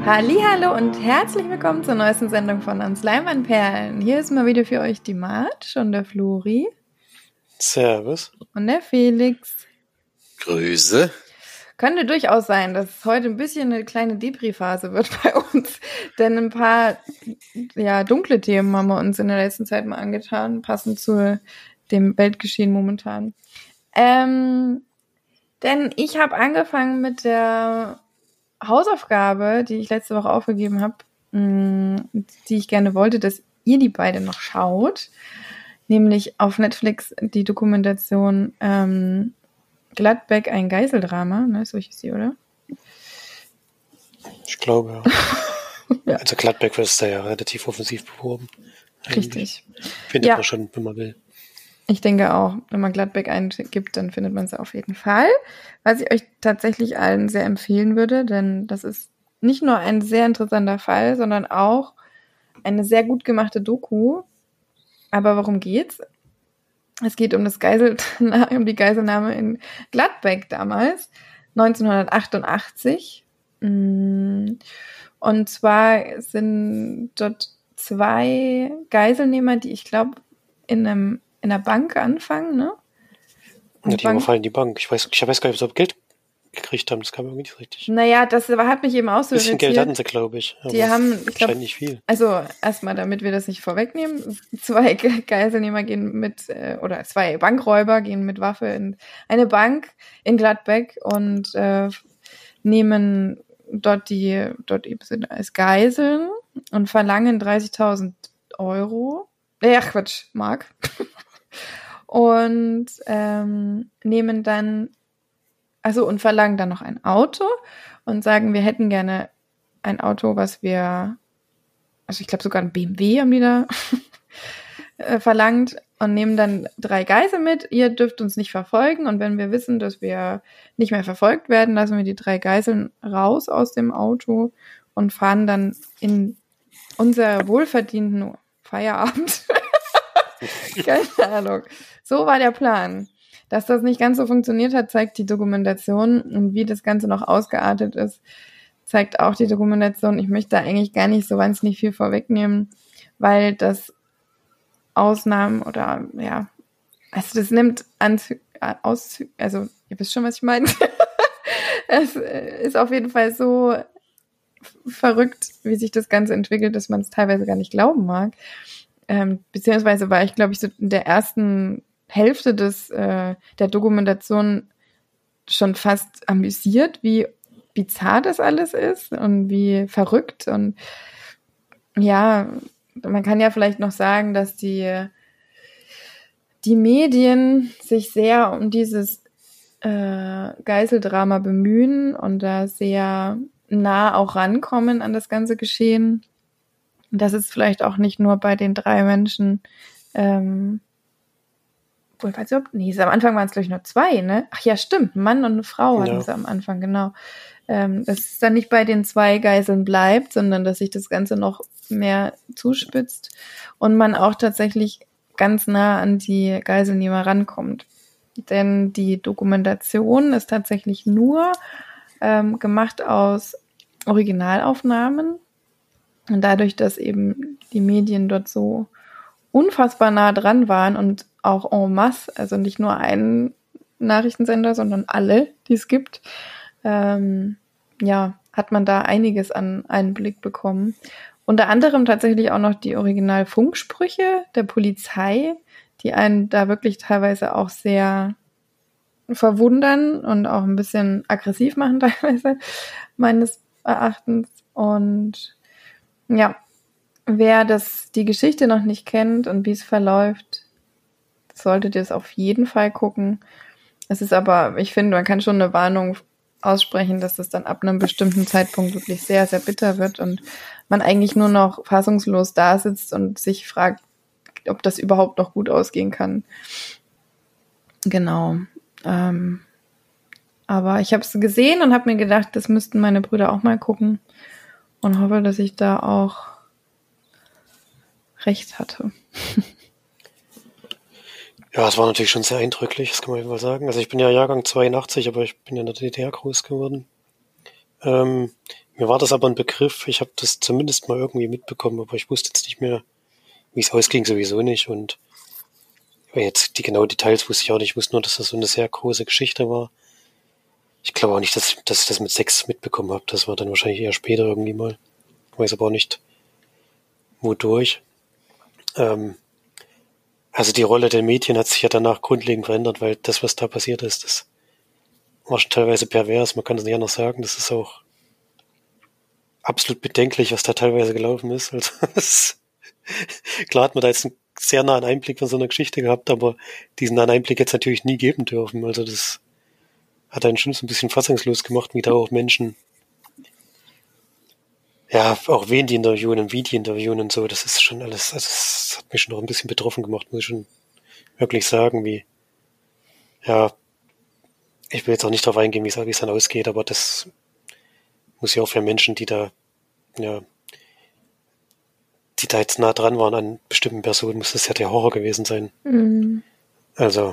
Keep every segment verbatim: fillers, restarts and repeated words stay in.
Hallihallo und herzlich willkommen zur neuesten Sendung von uns Leinwandperlen. Hier ist mal wieder für euch die Marge und der Flori. Servus. Und der Felix. Grüße. Könnte durchaus sein, dass es heute ein bisschen eine kleine Depri-Phase wird bei uns, denn ein paar ja, dunkle Themen haben wir uns in der letzten Zeit mal angetan, passend zu dem Weltgeschehen momentan. Ähm, denn ich habe angefangen mit der Hausaufgabe, die ich letzte Woche aufgegeben habe, die ich gerne wollte, dass ihr die beide noch schaut, nämlich auf Netflix die Dokumentation ähm, Gladbeck, ein Geiseldrama, ne, so hieß sie, oder? Ich glaube, ja. Ja. Also Gladbeck ist da ja relativ offensiv beworben. Richtig. Findet Ja. man schon, wenn man will. Ich denke auch, wenn man Gladbeck eingibt, dann findet man es auf jeden Fall. Was ich euch tatsächlich allen sehr empfehlen würde, denn das ist nicht nur ein sehr interessanter Fall, sondern auch eine sehr gut gemachte Doku. Aber worum geht's? Es geht um das Geisel, um die Geiselnahme in Gladbeck damals, neunzehnhundertachtundachtzig. Und zwar sind dort zwei Geiselnehmer, die ich glaube in einem in der Bank anfangen, ne? Ja, die Bank. Überfallen die Bank. Ich weiß, ich weiß gar nicht, ob sie Geld gekriegt haben. Das kam irgendwie nicht richtig. Naja, das hat mich eben auch so irritiert. Ein bisschen Geld hatten sie, glaube ich. Die haben, ich glaube, nicht viel. Also erstmal, damit wir das nicht vorwegnehmen, zwei Geiselnehmer gehen mit, oder zwei Bankräuber gehen mit Waffe in eine Bank in Gladbeck und äh, nehmen dort die, dort eben sind als Geiseln und verlangen dreißigtausend Euro. Ja, Quatsch, Mark. Und ähm, nehmen dann, also und verlangen dann noch ein Auto und sagen, wir hätten gerne ein Auto, was wir, also ich glaube sogar ein B M W haben die da äh, verlangt und nehmen dann drei Geiseln mit. Ihr dürft uns nicht verfolgen und wenn wir wissen, dass wir nicht mehr verfolgt werden, lassen wir die drei Geiseln raus aus dem Auto und fahren dann in unser wohlverdienten Feierabend. Keine Ahnung. So war der Plan. Dass das nicht ganz so funktioniert hat, zeigt die Dokumentation. Und wie das Ganze noch ausgeartet ist, zeigt auch die Dokumentation. Ich möchte da eigentlich gar nicht so wahnsinnig viel vorwegnehmen, weil das Ausnahmen oder, ja, also das nimmt Anzü- aus, also ihr wisst schon, was ich meine. Es ist auf jeden Fall so verrückt, wie sich das Ganze entwickelt, dass man es teilweise gar nicht glauben mag. Ähm, beziehungsweise war ich, glaube ich, so in der ersten Hälfte des äh, der Dokumentation schon fast amüsiert, wie bizarr das alles ist und wie verrückt. Und ja, man kann ja vielleicht noch sagen, dass die, die Medien sich sehr um dieses äh, Geiseldrama bemühen und da sehr nah auch rankommen an das ganze Geschehen. Das ist vielleicht auch nicht nur bei den drei Menschen, ähm, wohl, weiß ich, ob, nee, am Anfang waren es, glaube ich, nur zwei, ne? Ach ja, stimmt, ein Mann und eine Frau hatten Ja. sie am Anfang, genau. Ähm, dass es dann nicht bei den zwei Geiseln bleibt, sondern dass sich das Ganze noch mehr zuspitzt und man auch tatsächlich ganz nah an die Geiselnehmer rankommt. Denn die Dokumentation ist tatsächlich nur ähm, gemacht aus Originalaufnahmen. Und dadurch, dass eben die Medien dort so unfassbar nah dran waren und auch en masse, also nicht nur einen Nachrichtensender, sondern alle, die es gibt, ähm, ja, hat man da einiges an Einblick bekommen. Unter anderem tatsächlich auch noch die Original-Funksprüche der Polizei, die einen da wirklich teilweise auch sehr verwundern und auch ein bisschen aggressiv machen teilweise, meines Erachtens. Und ja, wer das die Geschichte noch nicht kennt und wie es verläuft, solltet ihr es auf jeden Fall gucken. Es ist aber, ich finde, man kann schon eine Warnung aussprechen, dass es dann ab einem bestimmten Zeitpunkt wirklich sehr, sehr bitter wird und man eigentlich nur noch fassungslos da sitzt und sich fragt, ob das überhaupt noch gut ausgehen kann. Genau. Ähm, aber ich habe es gesehen und habe mir gedacht, das müssten meine Brüder auch mal gucken. Und hoffe, dass ich da auch recht hatte. Ja, es war natürlich schon sehr eindrücklich, das kann man mal sagen. Also ich bin ja Jahrgang zweiundachtzig, aber ich bin ja in der D D R groß geworden. Ähm, mir war das aber ein Begriff, ich habe das zumindest mal irgendwie mitbekommen, aber ich wusste jetzt nicht mehr, wie es ausging, sowieso nicht. Und jetzt die genauen Details wusste ich auch nicht. Ich wusste nur, dass das so eine sehr große Geschichte war. Ich glaube auch nicht, dass ich, dass ich das mit Sex mitbekommen habe. Das war dann wahrscheinlich eher später irgendwie mal. Ich weiß aber auch nicht, wodurch. Ähm, also die Rolle der Medien hat sich ja danach grundlegend verändert, weil das, was da passiert ist, das war schon teilweise pervers. Man kann das nicht anders sagen. Das ist auch absolut bedenklich, was da teilweise gelaufen ist. Also das, klar hat man da jetzt einen sehr nahen Einblick von so einer Geschichte gehabt, aber diesen nahen Einblick jetzt natürlich nie geben dürfen. Also das hat einen schon so ein bisschen fassungslos gemacht, wie da auch Menschen, ja, auch wen die interviewen und wie die interviewen und so. Das ist schon alles, also das hat mich schon noch ein bisschen betroffen gemacht, muss ich schon wirklich sagen, wie, ja, ich will jetzt auch nicht darauf eingehen, wie es, wie es dann ausgeht, aber das muss ja auch für Menschen, die da, ja, die da jetzt nah dran waren an bestimmten Personen, muss das ja der Horror gewesen sein. Mhm. Also,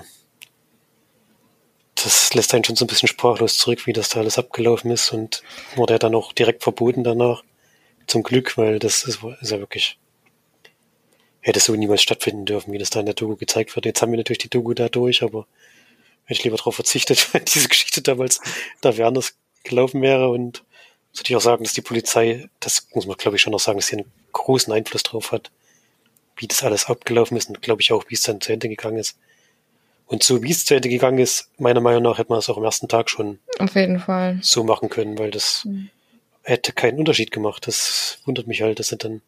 das lässt einen schon so ein bisschen sprachlos zurück, wie das da alles abgelaufen ist, und wurde ja dann auch direkt verboten danach. Zum Glück, weil das ist, ist ja wirklich, hätte so niemals stattfinden dürfen, wie das da in der Doku gezeigt wird. Jetzt haben wir natürlich die Doku da durch, aber hätte ich lieber darauf verzichtet, weil diese Geschichte damals dafür anders gelaufen wäre. Und muss ich auch sagen, dass die Polizei, das muss man glaube ich schon noch sagen, dass sie einen großen Einfluss drauf hat, wie das alles abgelaufen ist, und glaube ich auch, wie es dann zu Ende gegangen ist. Und so wie es zu Ende gegangen ist, meiner Meinung nach, hätte man es auch am ersten Tag schon Auf jeden Fall so machen können, weil das mhm. hätte keinen Unterschied gemacht. Das wundert mich halt, dass sie dann,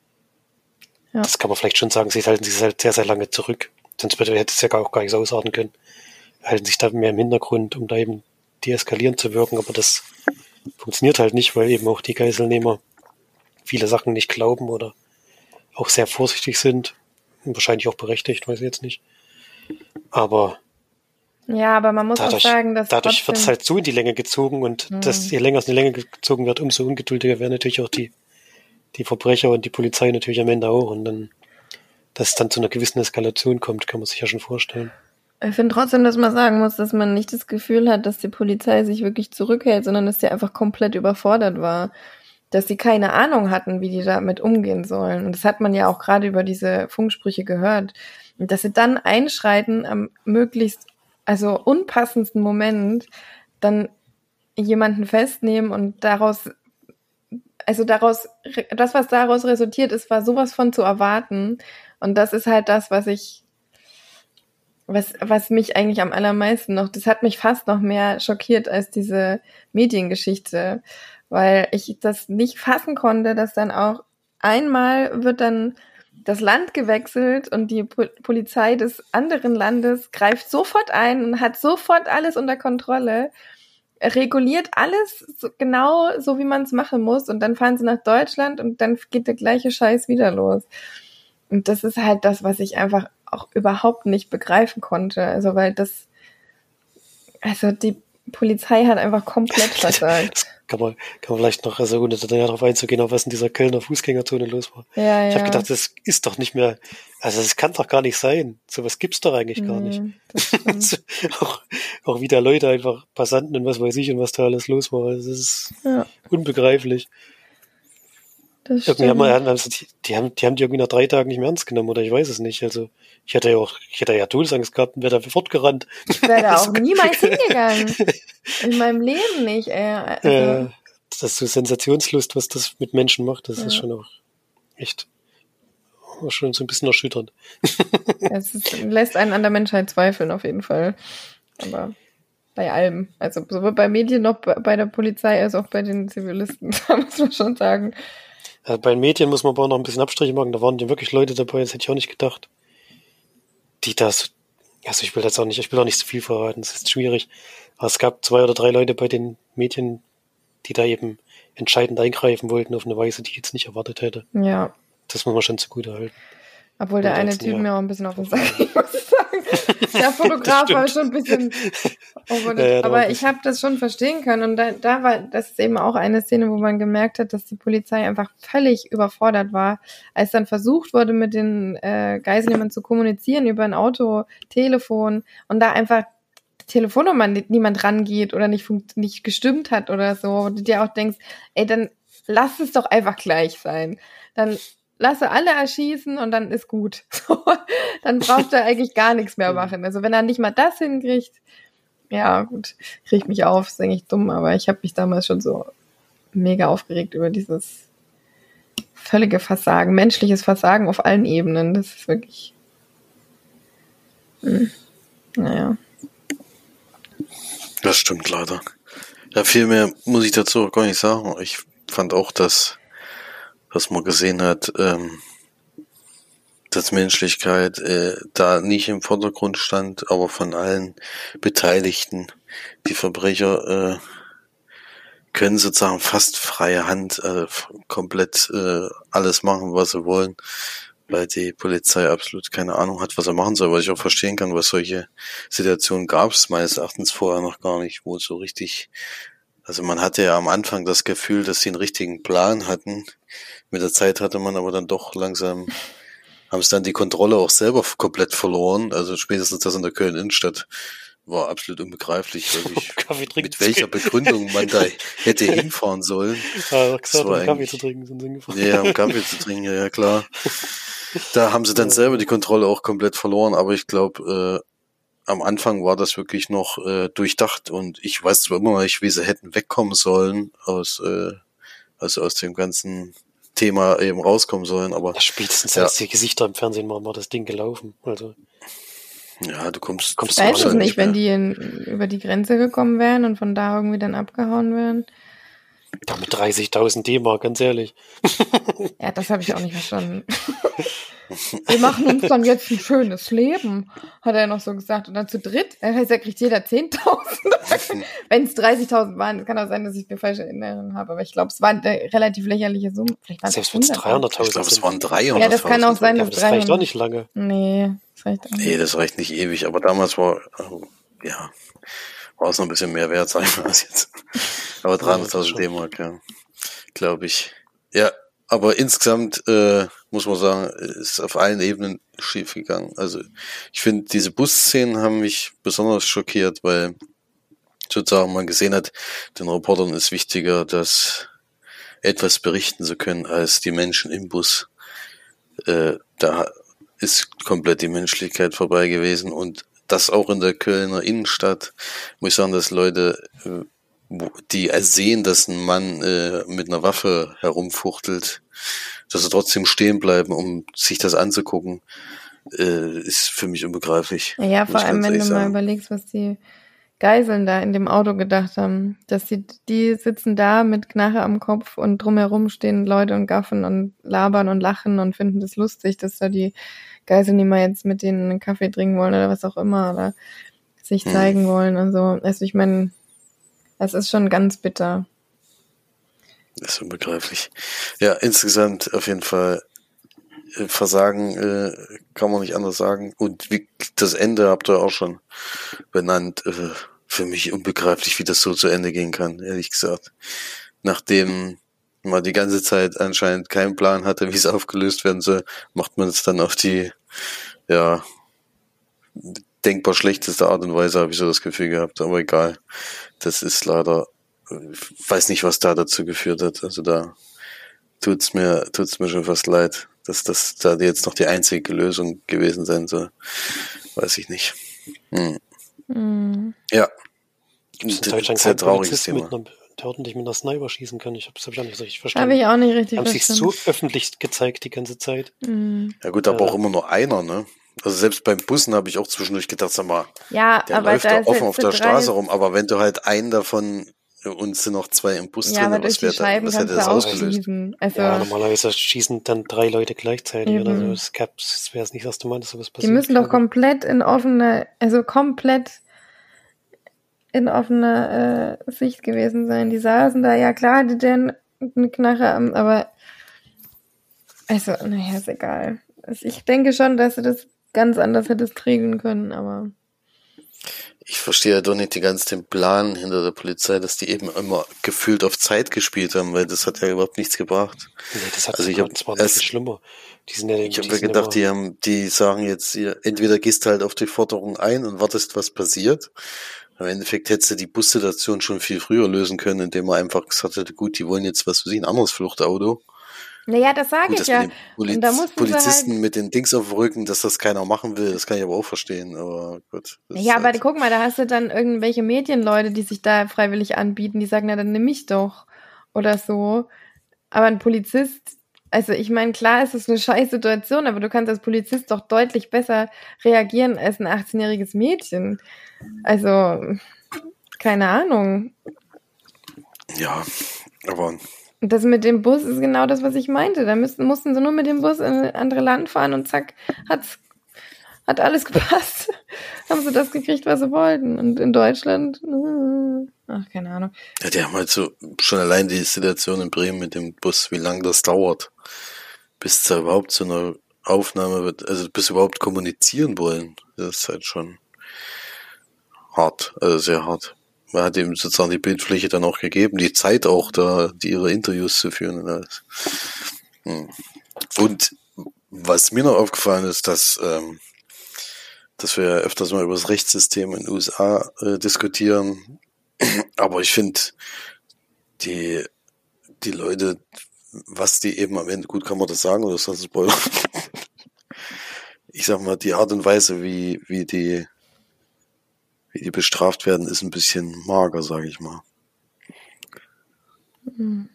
ja. Das kann man vielleicht schon sagen, sie halten sich halt sehr, sehr lange zurück. Sonst hätte es ja auch gar nicht so ausarten können. Halten sich da mehr im Hintergrund, um da eben deeskalierend zu wirken, aber das funktioniert halt nicht, weil eben auch die Geiselnehmer viele Sachen nicht glauben oder auch sehr vorsichtig sind. Und wahrscheinlich auch berechtigt, weiß ich jetzt nicht. Aber ja, aber man muss dadurch, auch sagen, dass dadurch wird es halt so in die Länge gezogen, und mhm. dass je länger es in die Länge gezogen wird, umso ungeduldiger werden natürlich auch die, die Verbrecher und die Polizei natürlich am Ende auch. Und dann, dass es dann zu einer gewissen Eskalation kommt, kann man sich ja schon vorstellen. Ich finde trotzdem, dass man sagen muss, dass man nicht das Gefühl hat, dass die Polizei sich wirklich zurückhält, sondern dass sie einfach komplett überfordert war. Dass sie keine Ahnung hatten, wie die damit umgehen sollen. Und das hat man ja auch gerade über diese Funksprüche gehört. Und dass sie dann einschreiten am möglichst, also unpassendsten Moment, dann jemanden festnehmen und daraus, also daraus, das, was daraus resultiert ist, war sowas von zu erwarten. Und das ist halt das, was ich, was, was mich eigentlich am allermeisten noch, das hat mich fast noch mehr schockiert als diese Mediengeschichte, weil ich das nicht fassen konnte, dass dann auch einmal wird dann das Land gewechselt und die Po- Polizei des anderen Landes greift sofort ein und hat sofort alles unter Kontrolle, reguliert alles so, genau so, wie man es machen muss, und dann fahren sie nach Deutschland und dann geht der gleiche Scheiß wieder los. Und das ist halt das, was ich einfach auch überhaupt nicht begreifen konnte. Also, weil das, also die Polizei hat einfach komplett versagt. Das kann man, kann man vielleicht noch, also ohne da darauf einzugehen, auf was in dieser Kölner Fußgängerzone los war. Ja, ich ja. habe gedacht, das ist doch nicht mehr, also das kann doch gar nicht sein. Sowas gibt's doch eigentlich gar Nee, nicht. auch, auch wie da Leute einfach Passanten und was weiß ich und was da alles los war. Das ist ja. unbegreiflich. Das Irgendwie haben, stimmt. wir, also die, die haben, die haben die irgendwie nach drei Tagen nicht mehr ernst genommen, oder ich weiß es nicht. Also ich hätte ja auch, ich hätte ja Todesangst gehabt und wäre da fortgerannt. Ich wäre da auch niemals hingegangen. In meinem Leben nicht, ey. Also, äh, das ist so Sensationslust, was das mit Menschen macht. Das Ja. ist schon auch echt auch schon so ein bisschen erschütternd. es ist, lässt einen an der Menschheit zweifeln, auf jeden Fall. Aber bei allem. Also sowohl bei Medien noch bei bei der Polizei als auch bei den Zivilisten. Da muss man schon sagen. Also bei den Medien muss man aber auch noch ein bisschen Abstriche machen. Da waren ja wirklich Leute dabei, das hätte ich auch nicht gedacht, die das, also ich will das auch nicht, ich will auch nicht so viel verraten, das ist schwierig. Aber es gab zwei oder drei Leute bei den Medien, die da eben entscheidend eingreifen wollten auf eine Weise, die ich jetzt nicht erwartet hätte. Ja. Das muss man schon zugute halten. Obwohl der Ja, eine das- Typ ja. mir auch ein bisschen auf den Sack ging, muss ich sagen. Der Fotograf war stimmt. schon ein bisschen over the- Ja, ja, da war aber ein ich habe das schon verstehen können, und da, da war, das ist eben auch eine Szene, wo man gemerkt hat, dass die Polizei einfach völlig überfordert war, als dann versucht wurde, mit den äh, Geiselnehmern zu kommunizieren über ein Auto, Telefon, und da einfach Telefonnummer nicht, niemand rangeht oder nicht, funkt, nicht gestimmt hat oder so, und du dir auch denkst, ey, dann lass es doch einfach gleich sein. Dann lasse alle erschießen und dann ist gut. So, dann braucht er eigentlich gar nichts mehr machen. Also wenn er nicht mal das hinkriegt, ja gut, kriegt mich auf, ist eigentlich dumm, aber ich habe mich damals schon so mega aufgeregt über dieses völlige Versagen, menschliches Versagen auf allen Ebenen. Das ist wirklich, hm, naja. Das stimmt leider. Ja, viel mehr muss ich dazu auch gar nicht sagen. Ich fand auch, dass, was man gesehen hat, ähm, dass Menschlichkeit äh, da nicht im Vordergrund stand, aber von allen Beteiligten. Die Verbrecher äh, können sozusagen fast freie Hand äh, komplett äh, alles machen, was sie wollen, weil die Polizei absolut keine Ahnung hat, was er machen soll, was ich auch verstehen kann, was solche Situationen gab es meines Erachtens vorher noch gar nicht, wo so richtig, also man hatte ja am Anfang das Gefühl, dass sie einen richtigen Plan hatten. Mit der Zeit hatte man aber dann doch langsam, haben es dann die Kontrolle auch selber komplett verloren, also spätestens das in der Köln-Innenstadt war absolut unbegreiflich, ich, mit welcher Begründung man da hätte hinfahren sollen. Ja, gesagt, um Kaffee zu trinken sind sie hingefahren. Ja, um Kaffee zu trinken, ja, ja klar. Da haben sie dann selber die Kontrolle auch komplett verloren, aber ich glaube, äh, am Anfang war das wirklich noch äh, durchdacht und ich weiß zwar immer noch nicht, wie sie hätten wegkommen sollen aus, äh, also aus dem ganzen Thema eben rauskommen sollen, aber ja, spätestens ja. als die Gesichter im Fernsehen waren, war das Ding gelaufen. Also ja, du kommst, kommst Ich weiß es halt nicht, mehr. wenn die in, über die Grenze gekommen wären und von da irgendwie dann abgehauen wären. ja, mit dreißigtausend D-Mark, ganz ehrlich. Ja, das habe ich auch nicht verstanden. Wir machen uns dann jetzt ein schönes Leben, hat er noch so gesagt. Und dann zu dritt, das heißt, er kriegt jeder zehntausend. Wenn es dreißigtausend waren, kann auch sein, dass ich mir falsche Erinnerungen habe. Aber ich glaube, es war eine relativ lächerliche Summe. Vielleicht waren es Selbst wenn es Ich dreihunderttausend glaube, es sind. waren dreihunderttausend. Ja, das kann auch sein, Ja, dass aber das reicht dreihundert auch nicht lange. Nee, das reicht auch nicht. Nee, das reicht nicht ewig, aber damals war, äh, ja, war es noch ein bisschen mehr wert, sag ich mal, als jetzt. Aber dreihunderttausend D-Mark, ja, glaube ich. Ja, aber insgesamt, äh, muss man sagen, ist auf allen Ebenen schief gegangen. Also, ich finde, diese Busszenen haben mich besonders schockiert, weil sozusagen man gesehen hat, den Reportern ist wichtiger, dass etwas berichten zu können, als die Menschen im Bus. Äh, da ist komplett die Menschlichkeit vorbei gewesen und das auch in der Kölner Innenstadt, muss ich sagen, dass Leute, die sehen, dass ein Mann äh, mit einer Waffe herumfuchtelt, dass sie trotzdem stehen bleiben, um sich das anzugucken, äh, ist für mich unbegreiflich. Ja, vor allem, wenn du mal sagen. überlegst, was die Geiseln da in dem Auto gedacht haben, dass die, die sitzen da mit Knarre am Kopf und drumherum stehen Leute und gaffen und labern und lachen und finden das lustig, dass da die Geiselnehmer jetzt mit denen einen Kaffee trinken wollen oder was auch immer oder sich Hm. zeigen wollen und so. Also ich meine, das ist schon ganz bitter. Das ist unbegreiflich. Ja, insgesamt auf jeden Fall äh, Versagen äh, kann man nicht anders sagen. Und wie, das Ende habt ihr auch schon benannt. Äh, für mich unbegreiflich, wie das so zu Ende gehen kann, ehrlich gesagt. Nachdem man die ganze Zeit anscheinend keinen Plan hatte, wie es aufgelöst werden soll, macht man es dann auf die, ja, denkbar schlechteste Art und Weise, habe ich so das Gefühl gehabt. Aber egal. Das ist leider, ich weiß nicht, was da dazu geführt hat. Also da tut's mir, tut's mir schon fast leid, dass das da jetzt noch die einzige Lösung gewesen sein soll. Weiß ich nicht. Hm. Mhm. Ja. Gibt es in D- Deutschland sehr keinen trauriges Polizisten mit Thema. einer, der ordentlich mit einer Sniper schießen kann? Ich habe das hab ich auch nicht so richtig Habe verstanden. ich auch nicht richtig Haben sich verstanden. so öffentlich gezeigt die ganze Zeit. Mhm. Ja gut, aber Ja. auch immer nur einer, ne? Also selbst beim Bussen habe ich auch zwischendurch gedacht, sag mal, Ja, der aber läuft da da ist offen jetzt auf der drei- Straße rum, aber wenn du halt einen davon und sind noch zwei im Bus Ja, aber drin, durch was die wäre da, Scheiben was kannst hätte du das ausgelöst? ausschließen. Also, Ja, normalerweise schießen dann drei Leute gleichzeitig oder so. Eben. Das gab, das wäre nicht das erste Mal, dass sowas die passiert. müssen doch glaube ich. komplett in offener, also komplett in offener äh, Sicht gewesen sein. Die saßen da, ja klar, die denn eine Knarre am, aber also, naja, ist egal. Also ich denke schon, dass du das ganz anders hättest regeln können, aber Ich verstehe ja doch nicht die ganzen den Plan hinter der Polizei, dass die eben immer gefühlt auf Zeit gespielt haben, weil das hat ja überhaupt nichts gebracht. Nee, das hat Also ich sogar, habe das war noch viel schlimmer. Die sind ja, ich die habe mir sind gedacht, immer, die haben, die sagen jetzt, ihr, entweder gehst du halt auf die Forderung ein und wartest, was passiert. Im Endeffekt hättest du die Bussituation schon viel früher lösen können, indem man einfach gesagt hätte, gut, die wollen jetzt, was für sie, ein anderes Fluchtauto. Naja, das sage Gut, ich dass ja. mit den Und da Poliz mussten sie Polizisten halt. mit den Dings auf dem Rücken, dass das keiner machen will, das kann ich aber auch verstehen, aber gut. Das Ja, ist aber halt, guck mal, da hast du dann irgendwelche Medienleute, die sich da freiwillig anbieten, die sagen, na, dann nimm mich doch. Oder so. Aber ein Polizist, also ich meine, klar ist es eine scheiß Situation, aber du kannst als Polizist doch deutlich besser reagieren als ein achtzehnjähriges Mädchen. Also, keine Ahnung. ja, aber Und das mit dem Bus ist genau das, was ich meinte. Da müssten, mussten sie nur mit dem Bus in ein anderes Land fahren und zack, hat's, hat alles gepasst. Haben sie das gekriegt, was sie wollten. Und in Deutschland, äh, ach, keine Ahnung. ja, die haben halt so schon allein die Situation in Bremen mit dem Bus, wie lange das dauert, bis da überhaupt zu einer Aufnahme wird, also bis sie überhaupt kommunizieren wollen. Das ist halt schon hart, also sehr hart. Man hat ihm sozusagen die Bildfläche dann auch gegeben, die Zeit auch da, die ihre Interviews zu führen und alles. Hm. Und was mir noch aufgefallen ist, dass, ähm, dass wir öfters mal über das Rechtssystem in den U S A äh, diskutieren, aber ich finde, die, die Leute, was die eben am Ende, gut, kann man das sagen, oder ist das ein Spoiler? Ich sag mal, die Art und Weise, wie, wie die, wie die bestraft werden, ist ein bisschen mager, sage ich mal. Hm.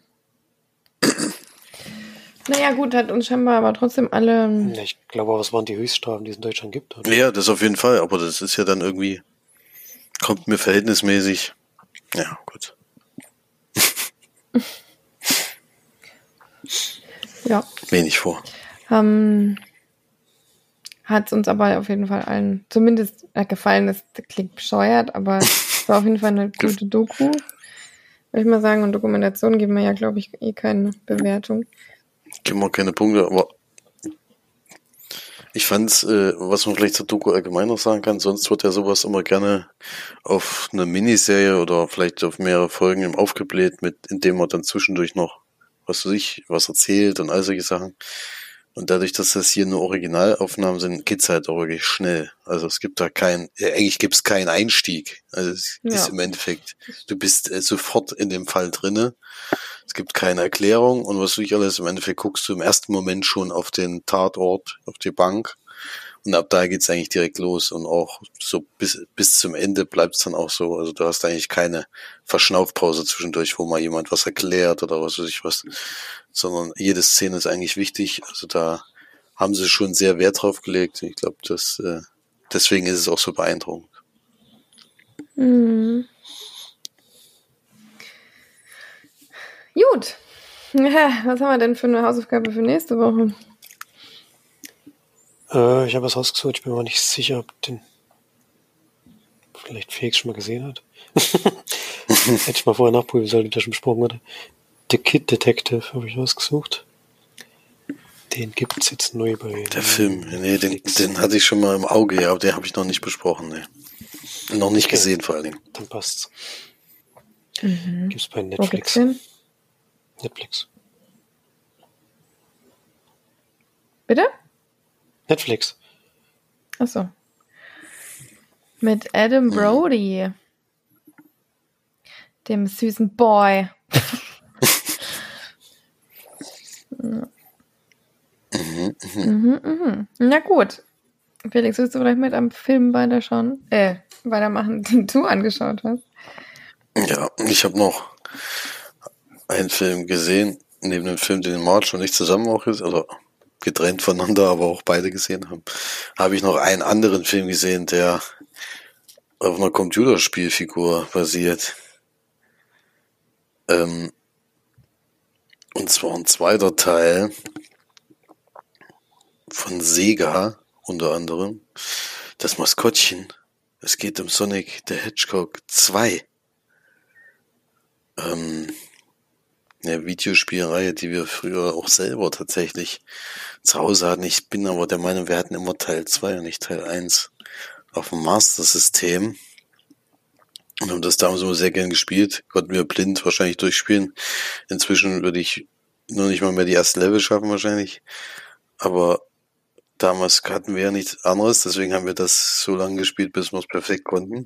Naja, gut, hat uns scheinbar aber trotzdem alle. ja, ich glaube, was waren die Höchststrafen, die es in Deutschland gibt? Oder? Ja, das auf jeden Fall, aber das ist ja dann irgendwie, kommt mir verhältnismäßig, ja, gut. Ja. Wenig vor. Ähm, hat es uns aber auf jeden Fall allen zumindest äh, gefallen. Das klingt bescheuert, aber es war auf jeden Fall eine gute Doku. Würde ich mal sagen, und Dokumentation geben wir ja, glaube ich, eh keine Bewertung. Geben wir keine Punkte, aber ich fand's, äh, was man vielleicht zur Doku allgemein noch sagen kann, sonst wird ja sowas immer gerne auf eine Miniserie oder vielleicht auf mehrere Folgen eben aufgebläht, mit, indem man dann zwischendurch noch, was weiß ich, was erzählt und all solche Sachen. Und dadurch, dass das hier nur Originalaufnahmen sind, geht's halt auch wirklich schnell. Also es gibt da kein, äh, eigentlich gibt's keinen Einstieg. Also es Ja. ist im Endeffekt, du bist äh, sofort in dem Fall drinne. Es gibt keine Erklärung und was weiß ich alles, im Endeffekt guckst du im ersten Moment schon auf den Tatort, auf die Bank. Und ab da geht's eigentlich direkt los und auch so bis bis zum Ende bleibt's dann auch so. Also du hast eigentlich keine Verschnaufpause zwischendurch, wo mal jemand was erklärt oder was weiß ich was, sondern jede Szene ist eigentlich wichtig. Also da haben sie schon sehr Wert drauf gelegt. Ich glaube, dass äh, deswegen ist es auch so beeindruckend. Mhm. Gut. Ja, was haben wir denn für eine Hausaufgabe für nächste Woche? Äh, ich habe was rausgesucht, ich bin mir aber nicht sicher, ob den vielleicht Felix schon mal gesehen hat. Hätte ich mal vorher nachprüfen sollen, wie der schon besprochen wurde. The Kid Detective habe ich rausgesucht. Den gibt's jetzt neu bei Der Film, nee, den, den hatte ich schon mal im Auge, ja, aber den habe ich noch nicht besprochen, nee. Noch nicht Okay. gesehen vor allen Dingen. Dann passt's. Mhm. Gibt's bei Wo gibt's Netflix. den? Netflix. Bitte? Netflix. Achso. Mit Adam Brody. Dem süßen Boy. Mhm, mhm. Mhm, mhm. Na gut. Felix, willst du vielleicht mit am Film weiterschauen? Äh, weitermachen, den du angeschaut hast? Ja, ich habe noch einen Film gesehen, neben dem Film, den Marge und ich zusammen auch gesehen, oder getrennt voneinander, aber auch beide gesehen haben, habe ich noch einen anderen Film gesehen, der auf einer Computerspielfigur basiert. Ähm, und zwar ein zweiter Teil von Sega, unter anderem. Das Maskottchen. Es geht um Sonic the Hedgehog zwei. Ähm, eine Videospielreihe, die wir früher auch selber tatsächlich zu Hause hatten. Ich bin aber der Meinung, wir hatten immer Teil zwei und nicht Teil eins. auf dem Master-System und haben das damals immer sehr gern gespielt. Konnten wir blind wahrscheinlich durchspielen. Inzwischen würde ich nur nicht mal mehr die ersten Level schaffen wahrscheinlich. Aber damals hatten wir ja nichts anderes, deswegen haben wir das so lange gespielt, bis wir es perfekt konnten.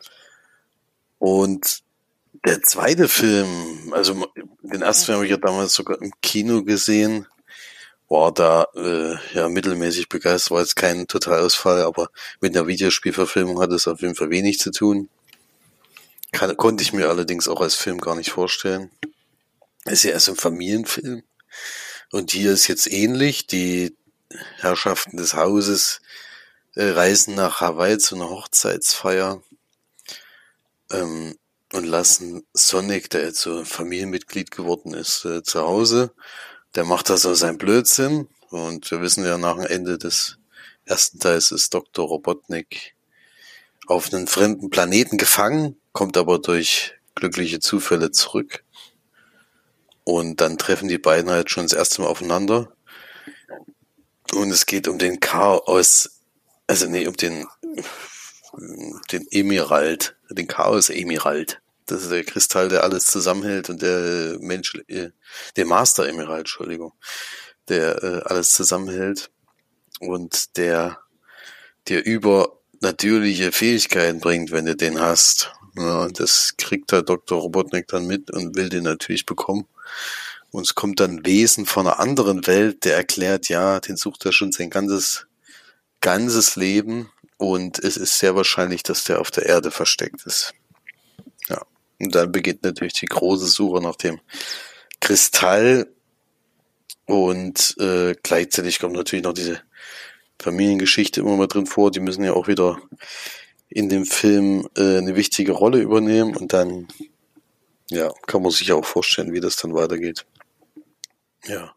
Und der zweite Film, also den ersten Film habe ich ja damals sogar im Kino gesehen, war da äh, ja mittelmäßig begeistert, war jetzt kein Totalausfall, aber mit einer Videospielverfilmung hat es auf jeden Fall wenig zu tun. Kann, konnte ich mir allerdings auch als Film gar nicht vorstellen. Ist ja erst ein Familienfilm. Und hier ist jetzt ähnlich. Die Herrschaften des Hauses äh, reisen nach Hawaii zu einer Hochzeitsfeier ähm, und lassen Sonic, der jetzt so ein Familienmitglied geworden ist, äh, zu Hause. Der macht da so seinen Blödsinn. Und wir wissen ja, nach dem Ende des ersten Teils ist Doktor Robotnik auf einen fremden Planeten gefangen, kommt aber durch glückliche Zufälle zurück. Und dann treffen die beiden halt schon das erste Mal aufeinander. Und es geht um den Chaos, also nee, um den, den Emerald, den Chaos-Emerald. Das ist der Kristall, der alles zusammenhält und der Mensch, äh, der Master Emerald, Entschuldigung, der äh, alles zusammenhält und der dir übernatürliche Fähigkeiten bringt, wenn du den hast. Ja, das kriegt halt Doktor Robotnik dann mit und will den natürlich bekommen. Und es kommt dann ein Wesen von einer anderen Welt, der erklärt, ja, den sucht er schon sein ganzes, ganzes Leben und es ist sehr wahrscheinlich, dass der auf der Erde versteckt ist. Ja. Und dann beginnt natürlich die große Suche nach dem Kristall und äh, gleichzeitig kommt natürlich noch diese Familiengeschichte immer mal drin vor. Die müssen ja auch wieder in dem Film äh, eine wichtige Rolle übernehmen und dann ja, kann man sich auch vorstellen, wie das dann weitergeht. Ja.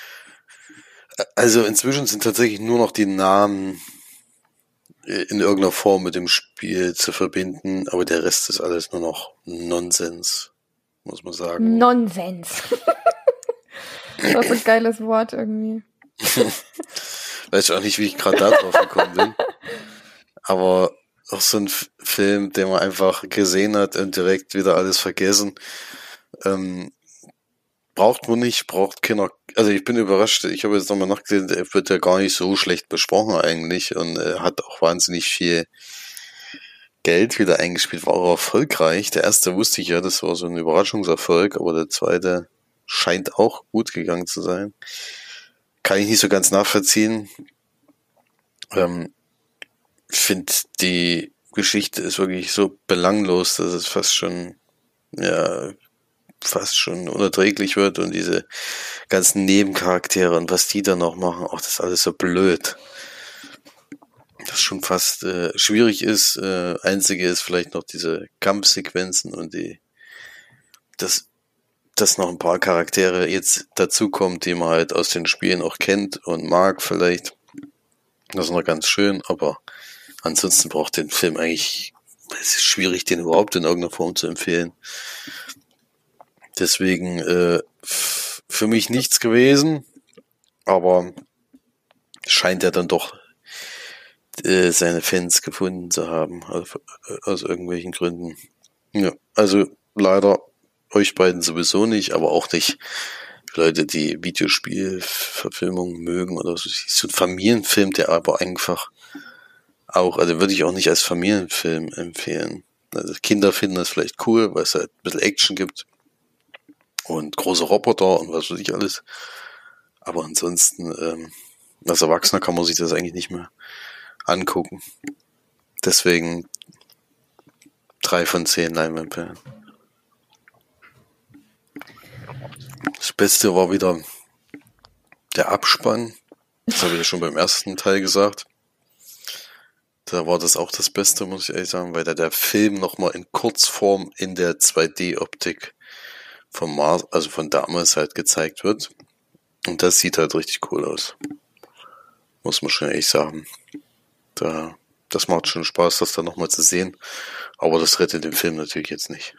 Also inzwischen sind tatsächlich nur noch die Namen in irgendeiner Form mit dem Spiel zu verbinden, aber der Rest ist alles nur noch Nonsens, muss man sagen. Nonsens. Das ist ein geiles Wort irgendwie. Weiß ich auch nicht, wie ich gerade da drauf gekommen bin. Aber auch so ein F- Film, den man einfach gesehen hat und direkt wieder alles vergessen. Ähm, braucht man nicht, braucht keiner. Also ich bin überrascht, ich habe jetzt nochmal nachgesehen, der wird ja gar nicht so schlecht besprochen eigentlich und äh, hat auch wahnsinnig viel Geld wieder eingespielt, war auch erfolgreich. Der erste wusste ich ja, das war so ein Überraschungserfolg, aber der zweite scheint auch gut gegangen zu sein. Kann ich nicht so ganz nachvollziehen. Ähm, ich finde, die Geschichte ist wirklich so belanglos, dass es fast schon, ja, fast schon unerträglich wird und diese ganzen Nebencharaktere und was die da noch machen, auch das ist alles so blöd. Das schon fast äh, schwierig ist. Äh, einzige ist vielleicht noch diese Kampfsequenzen und die, dass, dass noch ein paar Charaktere jetzt dazukommen, die man halt aus den Spielen auch kennt und mag vielleicht. Das ist noch ganz schön, aber ansonsten braucht den Film eigentlich, es ist schwierig, den überhaupt in irgendeiner Form zu empfehlen. Deswegen äh, f- für mich nichts gewesen, aber scheint ja dann doch äh, seine Fans gefunden zu haben, aus, aus irgendwelchen Gründen. Ja, also leider euch beiden sowieso nicht, aber auch nicht Leute, die Videospielverfilmungen mögen oder so. So ein Familienfilm, der aber einfach auch, also würde ich auch nicht als Familienfilm empfehlen. Also Kinder finden das vielleicht cool, weil es halt ein bisschen Action gibt und große Roboter und was weiß ich alles. Aber ansonsten, ähm, als Erwachsener kann man sich das eigentlich nicht mehr angucken. Deswegen drei von zehn Leinwandperlen. Das Beste war wieder der Abspann. Das habe ich ja schon beim ersten Teil gesagt. Da war das auch das Beste, muss ich ehrlich sagen, weil da der Film nochmal in Kurzform in der zwei D-Optik vom Mars, also von damals halt gezeigt wird. Und das sieht halt richtig cool aus. Muss man schon ehrlich sagen. Da, das macht schon Spaß, das dann nochmal zu sehen. Aber das rettet den Film natürlich jetzt nicht.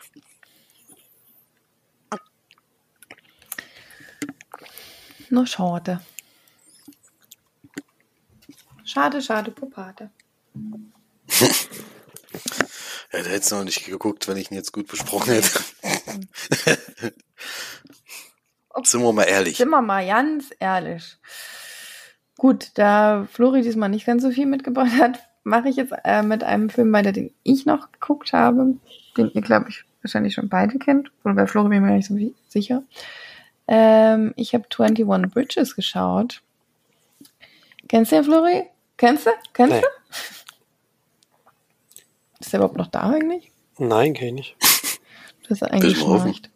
Nur schade. Schade, schade, Popate. Ja, da hättest du noch nicht geguckt, wenn ich ihn jetzt gut besprochen hätte. Okay. Sind wir mal ehrlich. Sind wir mal ganz ehrlich. Gut, da Flori diesmal nicht ganz so viel mitgebracht hat, mache ich jetzt äh, mit einem Film weiter, den ich noch geguckt habe, den ihr, glaube ich, wahrscheinlich schon beide kennt. Oder bei Flori bin ich mir nicht so sicher. Ähm, ich habe einundzwanzig Bridges geschaut. Kennst du den, Flori? Kennst du? Kennst Nee. du? Ist der überhaupt noch da eigentlich? Nein, kenn ich nicht. Das ist eigentlich Müssen wir hoffen. schnarcht.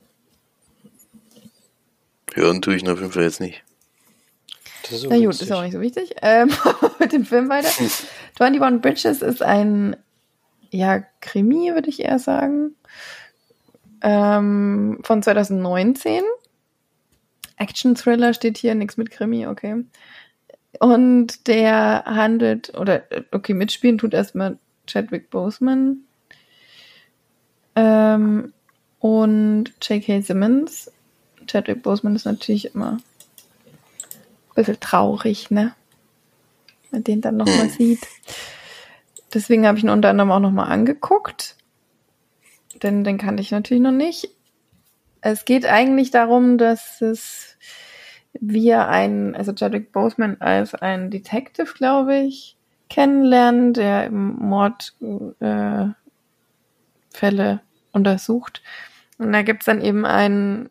Hören tue ich auf jeden Fall jetzt nicht. Das ist Na gut, ungünstig. ist auch nicht so wichtig. Ähm, mit dem Film weiter. einundzwanzig Bridges ist ein, ja, Krimi, würde ich eher sagen. Ähm, von zwanzig neunzehn. Action-Thriller steht hier, nichts mit Krimi, okay. Und der handelt, oder, okay, mitspielen tut erstmal Chadwick Boseman ähm, und J K. Simmons. Chadwick Boseman ist natürlich immer ein bisschen traurig, ne? Wenn man den dann nochmal sieht. Deswegen habe ich ihn unter anderem auch nochmal angeguckt. Denn den kannte ich natürlich noch nicht. Es geht eigentlich darum, dass es wir einen, also Chadwick Boseman als einen Detective, glaube ich, kennenlernen, der im Mordfälle äh, Fälle untersucht. Und da gibt's dann eben einen,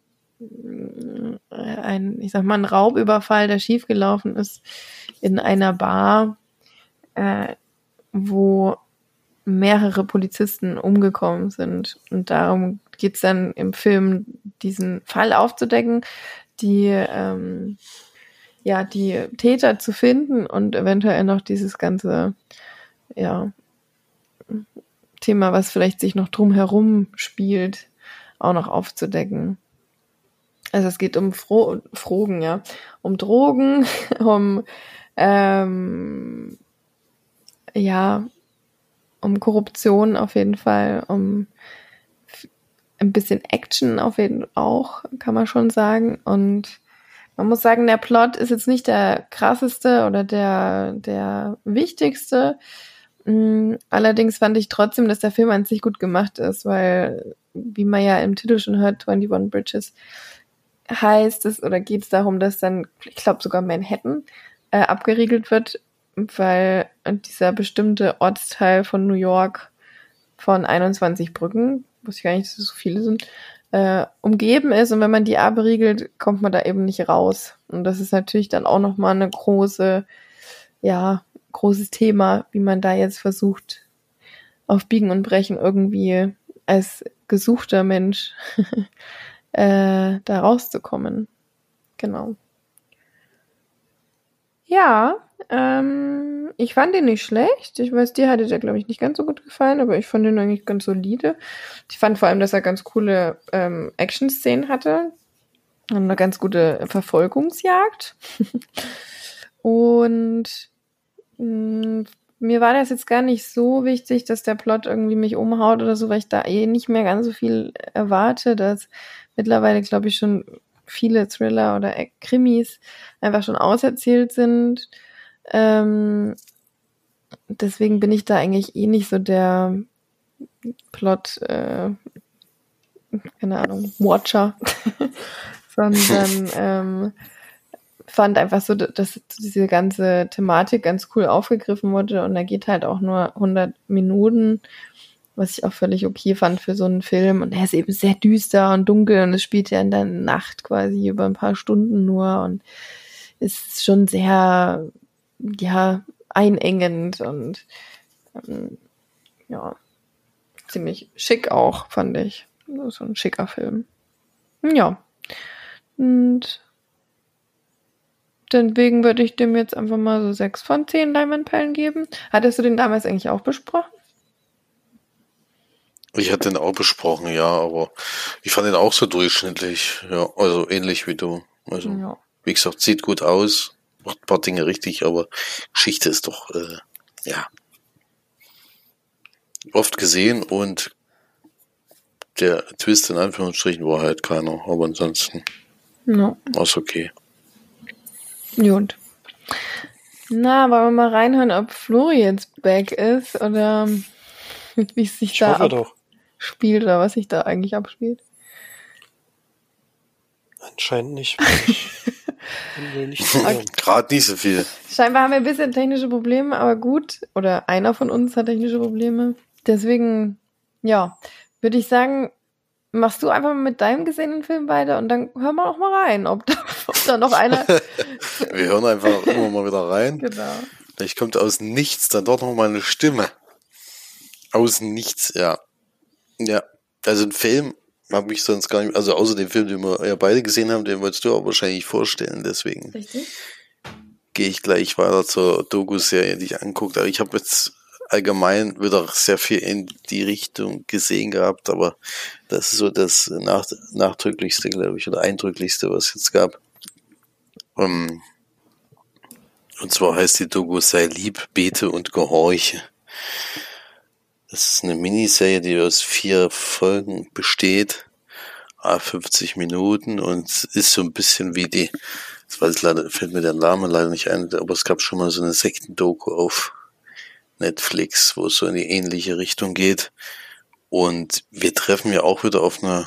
ein, ich sag mal, einen Raubüberfall, der schiefgelaufen ist in einer Bar, äh, wo mehrere Polizisten umgekommen sind. Und darum geht's dann im Film, diesen Fall aufzudecken, die ähm, ja die Täter zu finden und eventuell noch dieses ganze ja Thema, was vielleicht sich noch drumherum spielt, auch noch aufzudecken. Also es geht um Fro- Frogen, ja, um Drogen, um ähm, ja, um Korruption auf jeden Fall, um ein bisschen Action auf jeden Fall auch, kann man schon sagen. Und man muss sagen, der Plot ist jetzt nicht der krasseste oder der, der wichtigste. Allerdings fand ich trotzdem, dass der Film an sich gut gemacht ist, weil, wie man ja im Titel schon hört, einundzwanzig Bridges, heißt es oder geht es darum, dass dann, ich glaube sogar Manhattan äh, abgeriegelt wird, weil dieser bestimmte Ortsteil von New York von einundzwanzig Brücken, wusste ich gar nicht, dass es so viele sind, äh, umgeben ist. Und wenn man die abriegelt, kommt man da eben nicht raus. Und das ist natürlich dann auch nochmal eine große, ja, großes Thema, wie man da jetzt versucht, auf Biegen und Brechen irgendwie als gesuchter Mensch äh, da rauszukommen. Genau. Ja, ähm, ich fand den nicht schlecht. Ich weiß, dir hatte der, glaube ich, nicht ganz so gut gefallen, aber ich fand den eigentlich ganz solide. Ich fand vor allem, dass er ganz coole ähm, Action-Szenen hatte. Und eine ganz gute Verfolgungsjagd. Und mh, mir war das jetzt gar nicht so wichtig, dass der Plot irgendwie mich umhaut oder so, weil ich da eh nicht mehr ganz so viel erwarte, dass mittlerweile, glaube ich, schon viele Thriller oder Krimis einfach schon auserzählt sind. Ähm, deswegen bin ich da eigentlich eh nicht so der Plot, äh, keine Ahnung, Watcher, sondern ähm, fand einfach so, dass diese ganze Thematik ganz cool aufgegriffen wurde und da geht halt auch nur hundert Minuten, was ich auch völlig okay fand für so einen Film. Und er ist eben sehr düster und dunkel und es spielt ja in der Nacht quasi über ein paar Stunden nur und ist schon sehr, ja, einengend und ähm, ja, ziemlich schick auch, fand ich. So ein schicker Film. Ja. Und deswegen würde ich dem jetzt einfach mal so sechs von zehn Leinwandperlen geben. Hattest du den damals eigentlich auch besprochen? Ich hatte den auch besprochen, ja, aber ich fand den auch so durchschnittlich, ja, also ähnlich wie du. Also, Ja. wie gesagt, sieht gut aus, macht ein paar Dinge richtig, aber Geschichte ist doch, äh, ja, oft gesehen und der Twist in Anführungsstrichen war halt keiner, aber ansonsten No. war's okay. Gut. Na, wollen wir mal reinhören, ob Flori jetzt back ist oder wie es sich Ich da hoffe doch. abspielt oder was sich da eigentlich abspielt. Anscheinend nicht. weil Ich bin wohl nicht zu hören. Gerade nicht so viel. Scheinbar haben wir ein bisschen technische Probleme, aber gut. Oder einer von uns hat technische Probleme. Deswegen, ja, würde ich sagen, machst du einfach mal mit deinem gesehenen Film weiter und dann hören wir auch mal rein, ob da, ob da noch einer... Wir hören einfach immer mal wieder rein. Genau. Vielleicht kommt aus nichts dann doch noch mal eine Stimme. Aus nichts, ja. Ja, also ein Film habe ich sonst gar nicht, also außer dem Film, den wir ja beide gesehen haben, den wolltest du auch wahrscheinlich vorstellen, deswegen Richtig? gehe ich gleich weiter zur Doku-Serie, die ich anguckt habe. Ich habe jetzt allgemein wieder sehr viel in die Richtung gesehen gehabt, aber das ist so das nach, nachdrücklichste, glaube ich, oder eindrücklichste, was es jetzt gab. Um, und zwar heißt die Doku Sei lieb, bete und gehorche. Das ist eine Miniserie, die aus vier Folgen besteht, fünfzig Minuten, und ist so ein bisschen wie die, das weiß ich leider, fällt mir der Name leider nicht ein, aber es gab schon mal so eine Sektendoku auf Netflix, wo es so in die ähnliche Richtung geht. Und wir treffen ja auch wieder auf eine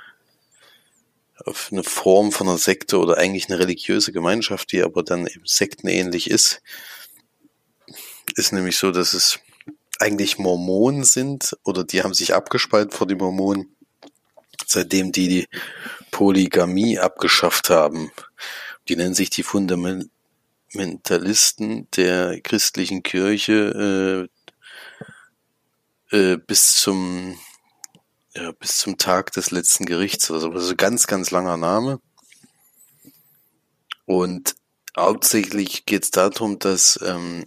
auf eine Form von einer Sekte oder eigentlich eine religiöse Gemeinschaft, die aber dann eben sektenähnlich ist. Ist nämlich so, dass es eigentlich Mormonen sind, oder die haben sich abgespalten vor den Mormonen, seitdem die die Polygamie abgeschafft haben. Die nennen sich die Fundamentalisten der christlichen Kirche äh, äh, bis zum ja, bis zum Tag des letzten Gerichts. Also, also ganz, ganz langer Name. Und hauptsächlich geht es darum, dass ähm,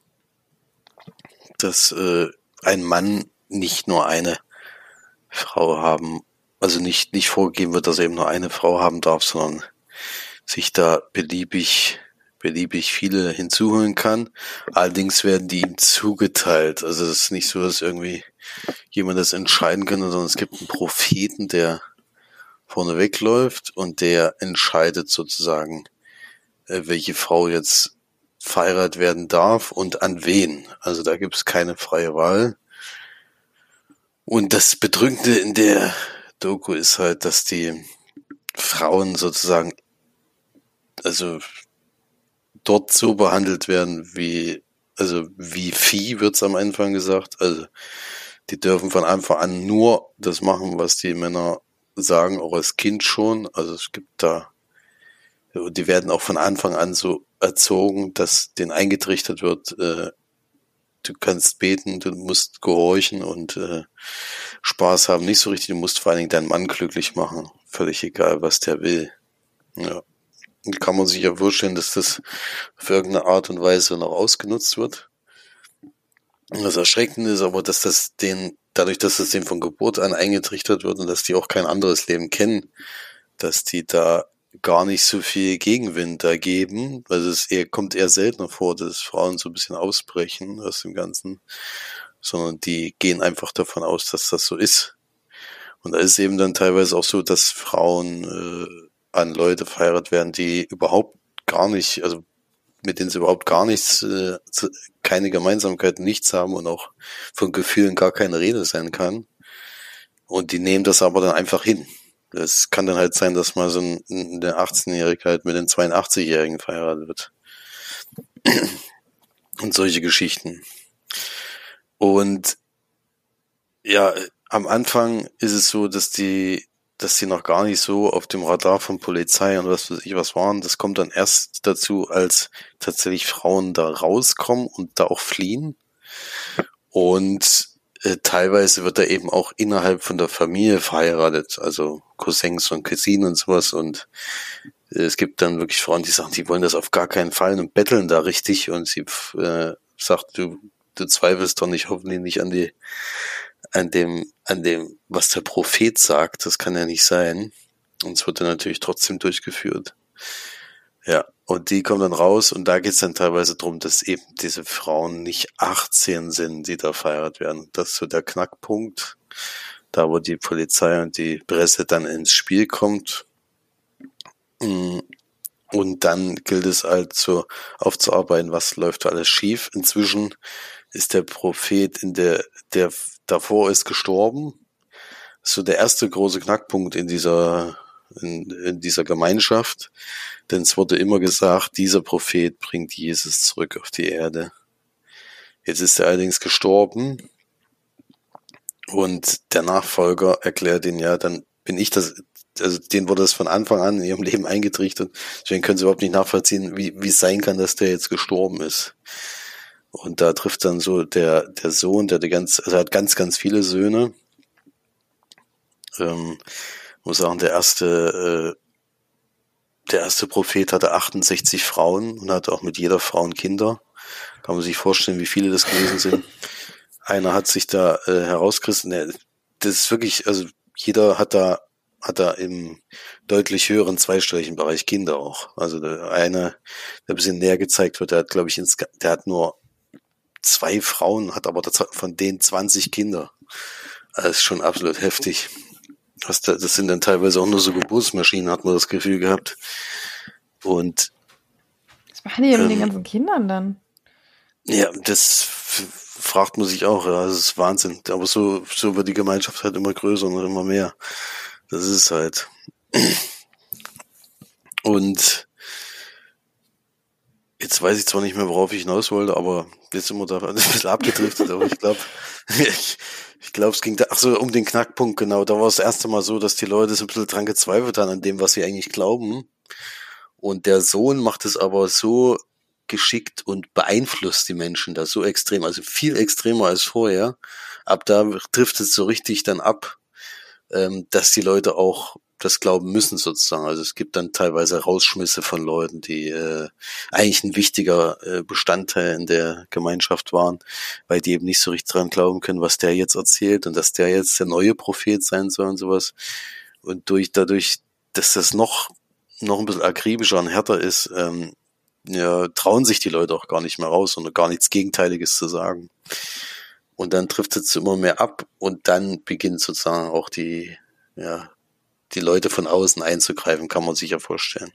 dass äh, ein Mann nicht nur eine Frau haben, also nicht nicht vorgegeben wird, dass er eben nur eine Frau haben darf, sondern sich da beliebig beliebig viele hinzuholen kann. Allerdings werden die ihm zugeteilt. Also es ist nicht so, dass irgendwie jemand das entscheiden kann, sondern es gibt einen Propheten, der vorne wegläuft und der entscheidet sozusagen, äh, welche Frau jetzt verheiratet werden darf und an wen. Also da gibt es keine freie Wahl. Und das Bedrückende in der Doku ist halt, dass die Frauen sozusagen also dort so behandelt werden wie, also wie Vieh, wird's am Anfang gesagt. Also die dürfen von Anfang an nur das machen, was die Männer sagen, auch als Kind schon. Also es gibt da, die werden auch von Anfang an so erzogen, dass denen eingetrichtert wird, äh, du kannst beten, du musst gehorchen und äh, Spaß haben, nicht so richtig, du musst vor allen Dingen deinen Mann glücklich machen, völlig egal, was der will. Ja. Und kann man sich ja vorstellen, dass das auf irgendeine Art und Weise noch ausgenutzt wird. Und das Erschreckende ist aber, dass das den, dadurch, dass es denen von Geburt an eingetrichtert wird und dass die auch kein anderes Leben kennen, dass die da gar nicht so viel Gegenwind da geben. Also es eher, kommt eher seltener vor, dass Frauen so ein bisschen ausbrechen aus dem Ganzen, sondern die gehen einfach davon aus, dass das so ist. Und da ist es eben dann teilweise auch so, dass Frauen äh, an Leute verheiratet werden, die überhaupt gar nicht, also mit denen sie überhaupt gar nichts, äh, keine Gemeinsamkeiten, nichts haben und auch von Gefühlen gar keine Rede sein kann. Und die nehmen das aber dann einfach hin. Es kann dann halt sein, dass mal so ein, eine achtzehnjährige halt mit einem zweiundachtzigjährigen verheiratet wird. Und solche Geschichten. Und ja, am Anfang ist es so, dass die, dass die noch gar nicht so auf dem Radar von Polizei und was weiß ich was waren. Das kommt dann erst dazu, als tatsächlich Frauen da rauskommen und da auch fliehen. Und äh, teilweise wird da eben auch innerhalb von der Familie verheiratet, also Cousins und Cousinen und sowas. Und äh, es gibt dann wirklich Frauen, die sagen, die wollen das auf gar keinen Fall und betteln da richtig. Und sie äh, sagt, du, du zweifelst doch nicht, hoffentlich nicht an die an dem, an dem, was der Prophet sagt, das kann ja nicht sein. Und es wird dann natürlich trotzdem durchgeführt. Ja, und die kommen dann raus und da geht es dann teilweise darum, dass eben diese Frauen nicht achtzehn sind, die da verheiratet werden. Das ist so der Knackpunkt, da wo die Polizei und die Presse dann ins Spiel kommt. Und dann gilt es halt so aufzuarbeiten, was läuft da alles schief. Inzwischen ist der Prophet, in der, der davor ist, gestorben. So der erste große Knackpunkt in dieser, in, in dieser Gemeinschaft. Denn es wurde immer gesagt, dieser Prophet bringt Jesus zurück auf die Erde. Jetzt ist er allerdings gestorben. Und der Nachfolger erklärt ihn, ja, dann bin ich das, also denen wurde das von Anfang an in ihrem Leben eingetrichtert. Deswegen können sie überhaupt nicht nachvollziehen, wie, wie es sein kann, dass der jetzt gestorben ist. Und da trifft dann so der, der Sohn, der die ganz, also er hat ganz, ganz viele Söhne. Ähm, muss sagen, der erste, äh, der erste Prophet hatte achtundsechzig Frauen und hatte auch mit jeder Frau ein Kinder. Kann man sich vorstellen, wie viele das gewesen sind. Einer hat sich da äh, herausgerissen. Ne, das ist wirklich, also jeder hat da hat da im deutlich höheren zweistelligen Bereich Kinder auch. Also der eine, der ein bisschen näher gezeigt wird, der hat, glaube ich, ins, der hat nur zwei Frauen, hat aber von denen zwanzig Kinder. Das ist schon absolut heftig. Das, das sind dann teilweise auch nur so Geburtsmaschinen, hat man das Gefühl gehabt. Und was machen die denn ähm, mit den ganzen Kindern dann? Ja, das f- fragt man sich auch, ja, das ist Wahnsinn. Aber so, so wird die Gemeinschaft halt immer größer und immer mehr. Das ist es halt. Und jetzt weiß ich zwar nicht mehr, worauf ich hinaus wollte, aber jetzt sind wir da ein bisschen abgedriftet, aber ich glaube, ich, ich glaube, es ging da, ach so, um den Knackpunkt, genau. Da war es das erste Mal so, dass die Leute so ein bisschen dran gezweifelt haben, an dem, was sie eigentlich glauben. Und der Sohn macht es aber so geschickt und beeinflusst die Menschen da so extrem, also viel extremer als vorher. Ab da trifft es so richtig dann ab, ähm, dass die Leute auch das glauben müssen sozusagen. Also es gibt dann teilweise Rausschmisse von Leuten, die äh, eigentlich ein wichtiger äh, Bestandteil in der Gemeinschaft waren, weil die eben nicht so richtig dran glauben können, was der jetzt erzählt und dass der jetzt der neue Prophet sein soll und sowas. Und durch dadurch, dass das noch noch ein bisschen akribischer und härter ist, ähm, ja, trauen sich die Leute auch gar nicht mehr raus und gar nichts Gegenteiliges zu sagen. Und dann trifft es immer mehr ab und dann beginnt sozusagen auch die, ja, die Leute von außen einzugreifen, kann man sich ja vorstellen.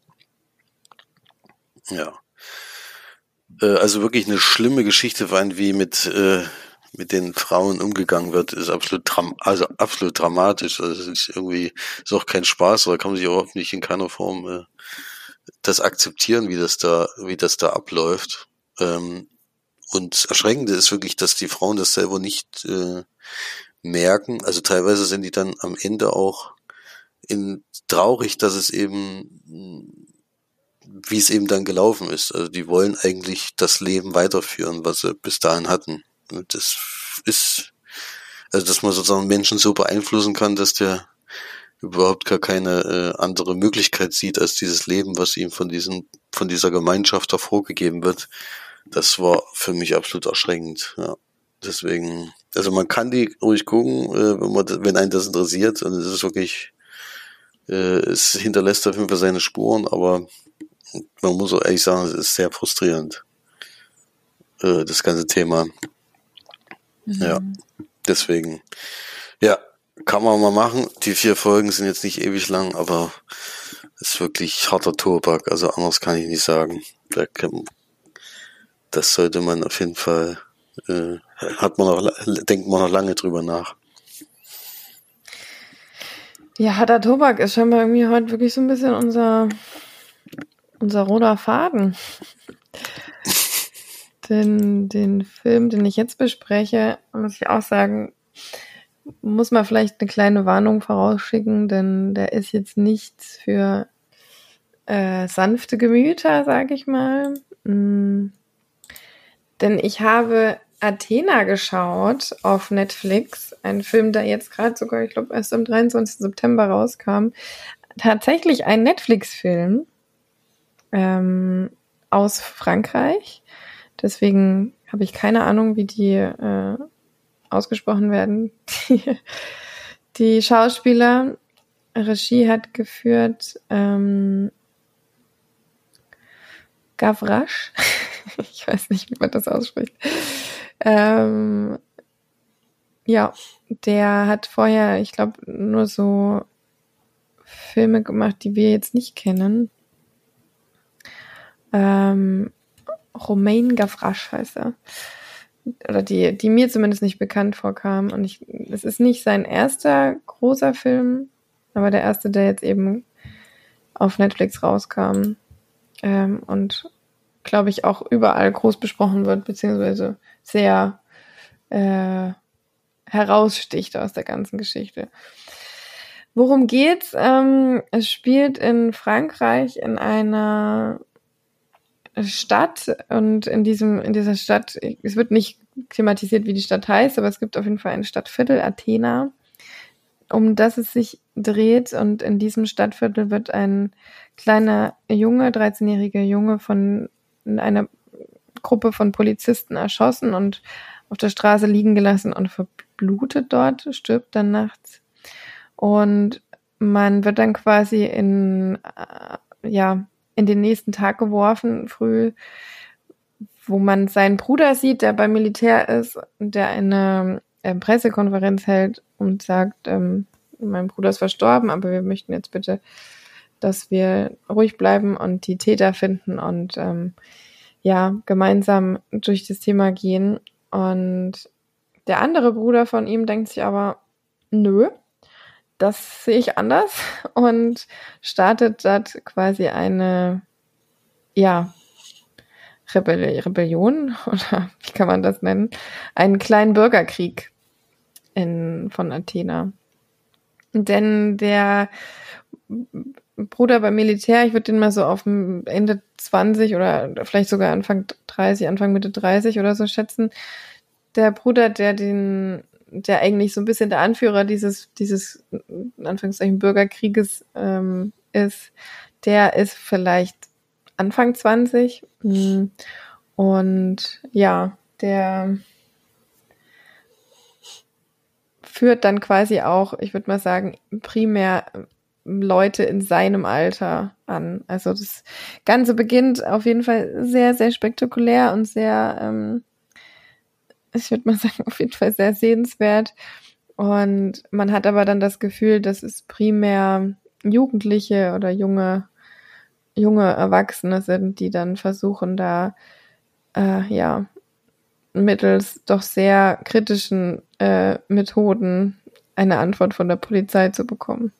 Ja. Äh, also wirklich eine schlimme Geschichte, vor allem wie mit, äh, mit den Frauen umgegangen wird, ist absolut dram also absolut dramatisch. Also es ist irgendwie, ist auch kein Spaß, oder kann man sich überhaupt nicht in keiner Form äh, das akzeptieren, wie das da, wie das da abläuft. Ähm, und das Erschreckende ist wirklich, dass die Frauen das selber nicht äh, merken. Also teilweise sind die dann am Ende auch in traurig, dass es eben, wie es eben dann gelaufen ist. Also die wollen eigentlich das Leben weiterführen, was sie bis dahin hatten. Und das ist, also dass man sozusagen Menschen so beeinflussen kann, dass der überhaupt gar keine äh, andere Möglichkeit sieht als dieses Leben, was ihm von diesem, von dieser Gemeinschaft hervorgegeben wird. Das war für mich absolut erschreckend. Ja. Deswegen, also man kann die ruhig gucken, äh, wenn man, wenn einen das interessiert. Und es ist wirklich, äh, es hinterlässt auf jeden Fall seine Spuren, aber man muss auch ehrlich sagen, es ist sehr frustrierend, äh, das ganze Thema. Mhm. Ja, deswegen, ja, kann man mal machen. Die vier Folgen sind jetzt nicht ewig lang, aber es ist wirklich harter Tobak. Also anders kann ich nicht sagen. Das sollte man auf jeden Fall, äh, hat man noch, denkt man noch lange drüber nach. Ja, harter Tobak ist scheinbar irgendwie heute wirklich so ein bisschen unser, unser roter Faden. den, den Film, den ich jetzt bespreche, muss ich auch sagen, muss man vielleicht eine kleine Warnung vorausschicken, denn der ist jetzt nichts für äh, sanfte Gemüter, sag ich mal. Mm. Denn ich habe Athena geschaut auf Netflix, ein Film, der jetzt gerade sogar, ich glaube, erst am dreiundzwanzigsten September rauskam. Tatsächlich ein Netflix-Film ähm, aus Frankreich. Deswegen habe ich keine Ahnung, wie die äh, ausgesprochen werden. Die, die Schauspieler, Regie hat geführt ähm, Gavrache. Ich weiß nicht, wie man das ausspricht. Ähm, ja, der hat vorher, ich glaube, nur so Filme gemacht, die wir jetzt nicht kennen. Ähm, Romain Gavras heißt er. Oder die, die mir zumindest nicht bekannt vorkam. Und ich, es ist nicht sein erster großer Film, aber der erste, der jetzt eben auf Netflix rauskam. Ähm, und glaube ich auch überall groß besprochen wird, beziehungsweise sehr äh, heraussticht aus der ganzen Geschichte. Worum geht's? Ähm, es spielt in Frankreich in einer Stadt und in diesem, in dieser Stadt, es wird nicht thematisiert, wie die Stadt heißt, aber es gibt auf jeden Fall ein Stadtviertel, Athena, um das es sich dreht, und in diesem Stadtviertel wird ein kleiner Junge, dreizehnjähriger Junge von einer Gruppe von Polizisten erschossen und auf der Straße liegen gelassen und verblutet dort, stirbt dann nachts. Und man wird dann quasi in, äh, ja, in den nächsten Tag geworfen, früh, wo man seinen Bruder sieht, der beim Militär ist, der eine äh, Pressekonferenz hält und sagt, ähm, mein Bruder ist verstorben, aber wir möchten jetzt bitte, dass wir ruhig bleiben und die Täter finden und ähm, ja, gemeinsam durch das Thema gehen. Und der andere Bruder von ihm denkt sich aber, nö, das sehe ich anders, und startet dort quasi eine, ja, Rebell- Rebellion, oder wie kann man das nennen? Einen kleinen Bürgerkrieg in, von Athena. Denn der Bruder beim Militär, ich würde den mal so auf Ende zwanzig oder vielleicht sogar Anfang dreißig, Anfang Mitte dreißig oder so schätzen. Der Bruder, der den, der eigentlich so ein bisschen der Anführer dieses, dieses, in Anführungszeichen, Bürgerkrieges ähm, ist, der ist vielleicht Anfang zwanzig. Und ja, der führt dann quasi auch, ich würde mal sagen, primär Leute in seinem Alter an. Also das Ganze beginnt auf jeden Fall sehr, sehr spektakulär und sehr, ähm, ich würde mal sagen, auf jeden Fall sehr sehenswert. Und man hat aber dann das Gefühl, dass es primär Jugendliche oder junge, junge Erwachsene sind, die dann versuchen, da äh, ja mittels doch sehr kritischen äh, Methoden eine Antwort von der Polizei zu bekommen.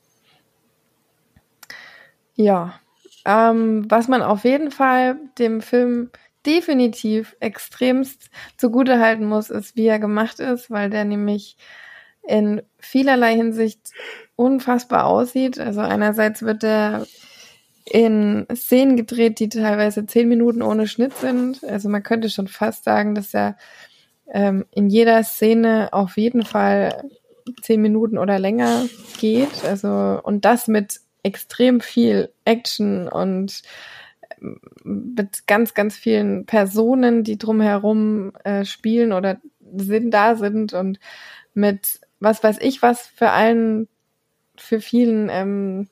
Ja, ähm, was man auf jeden Fall dem Film definitiv extremst zugutehalten muss, ist, wie er gemacht ist, weil der nämlich in vielerlei Hinsicht unfassbar aussieht. Also einerseits wird der in Szenen gedreht, die teilweise zehn Minuten ohne Schnitt sind. Also man könnte schon fast sagen, dass er ähm, in jeder Szene auf jeden Fall zehn Minuten oder länger geht. Also und das mit extrem viel Action und mit ganz, ganz vielen Personen, die drumherum äh, spielen oder sind, da sind, und mit was weiß ich was für allen, für vielen ähm,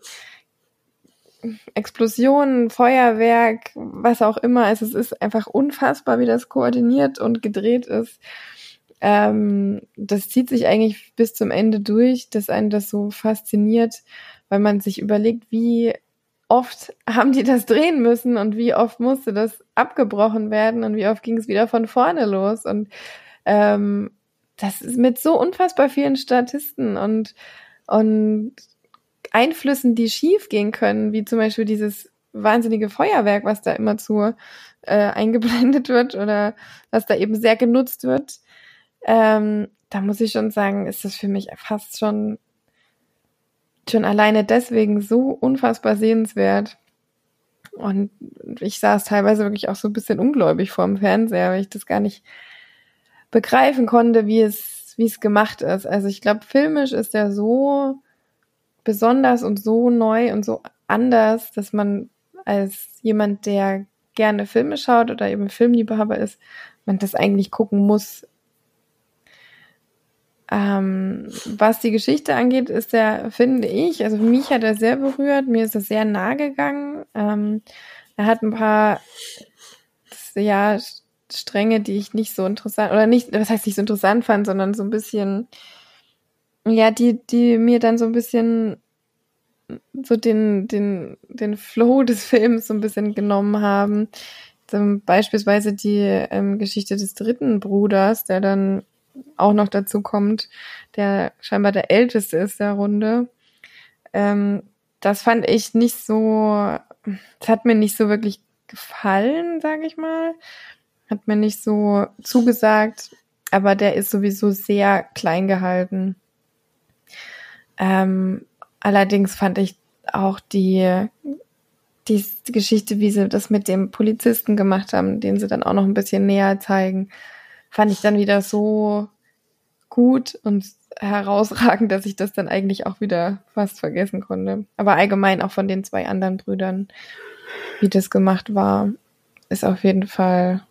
Explosionen, Feuerwerk, was auch immer. Also es ist einfach unfassbar, wie das koordiniert und gedreht ist. Ähm, das zieht sich eigentlich bis zum Ende durch, dass einen das so fasziniert, weil man sich überlegt, wie oft haben die das drehen müssen und wie oft musste das abgebrochen werden und wie oft ging es wieder von vorne los. Und ähm, das ist mit so unfassbar vielen Statisten und, und Einflüssen, die schief gehen können, wie zum Beispiel dieses wahnsinnige Feuerwerk, was da immer zu äh, eingeblendet wird oder was da eben sehr genutzt wird. Ähm, da muss ich schon sagen, ist das für mich fast schon schon alleine deswegen so unfassbar sehenswert. Und ich saß teilweise wirklich auch so ein bisschen ungläubig vorm Fernseher, weil ich das gar nicht begreifen konnte, wie es, wie es gemacht ist. Also ich glaube, filmisch ist der so besonders und so neu und so anders, dass man als jemand, der gerne Filme schaut oder eben Filmliebhaber ist, man das eigentlich gucken muss. Ähm, was die Geschichte angeht, ist der, finde ich, also mich hat er sehr berührt, mir ist er sehr nahe gegangen. Ähm, er hat ein paar, ja, Stränge, die ich nicht so interessant, oder nicht, was heißt nicht so interessant fand, sondern so ein bisschen, ja, die, die mir dann so ein bisschen so den, den, den Flow des Films so ein bisschen genommen haben. Zum beispielsweise die ähm, Geschichte des dritten Bruders, der dann auch noch dazu kommt, der scheinbar der Älteste ist der Runde. Ähm, das fand ich nicht so, das hat mir nicht so wirklich gefallen, sage ich mal. Hat mir nicht so zugesagt, aber der ist sowieso sehr klein gehalten. Ähm, allerdings fand ich auch die, die Geschichte, wie sie das mit dem Polizisten gemacht haben, den sie dann auch noch ein bisschen näher zeigen, fand ich dann wieder so gut und herausragend, dass ich das dann eigentlich auch wieder fast vergessen konnte. Aber allgemein auch von den zwei anderen Brüdern, wie das gemacht war, ist auf jeden Fall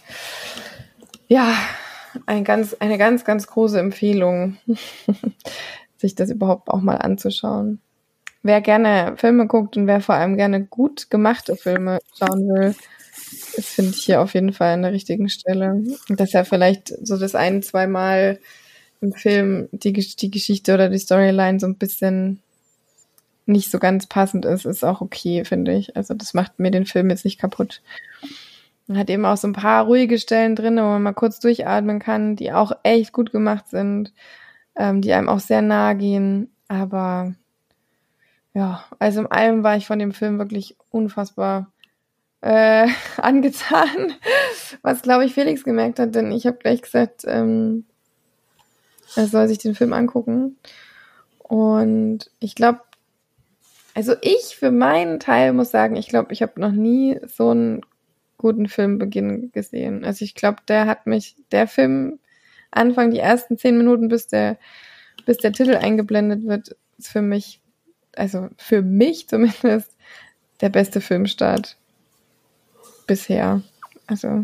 ja ein ganz, eine ganz, ganz große Empfehlung, sich das überhaupt auch mal anzuschauen. Wer gerne Filme guckt und wer vor allem gerne gut gemachte Filme schauen will, ist, finde ich, hier auf jeden Fall an der richtigen Stelle. Und dass er vielleicht so das ein-, zweimal im Film die, die Geschichte oder die Storyline so ein bisschen nicht so ganz passend ist, ist auch okay, finde ich. Also das macht mir den Film jetzt nicht kaputt. Man hat eben auch so ein paar ruhige Stellen drin, wo man mal kurz durchatmen kann, die auch echt gut gemacht sind, ähm, die einem auch sehr nahe gehen. Aber ja, also in allem war ich von dem Film wirklich unfassbar äh, angetan, was, glaube ich, Felix gemerkt hat, denn ich habe gleich gesagt, ähm, er soll sich den Film angucken. Und ich glaube, also ich für meinen Teil muss sagen, ich glaube, ich habe noch nie so einen guten Filmbeginn gesehen. Also ich glaube, der hat mich, der Film, Anfang die ersten zehn Minuten, bis der, bis der Titel eingeblendet wird, ist für mich, also für mich zumindest, der beste Filmstart bisher. Also,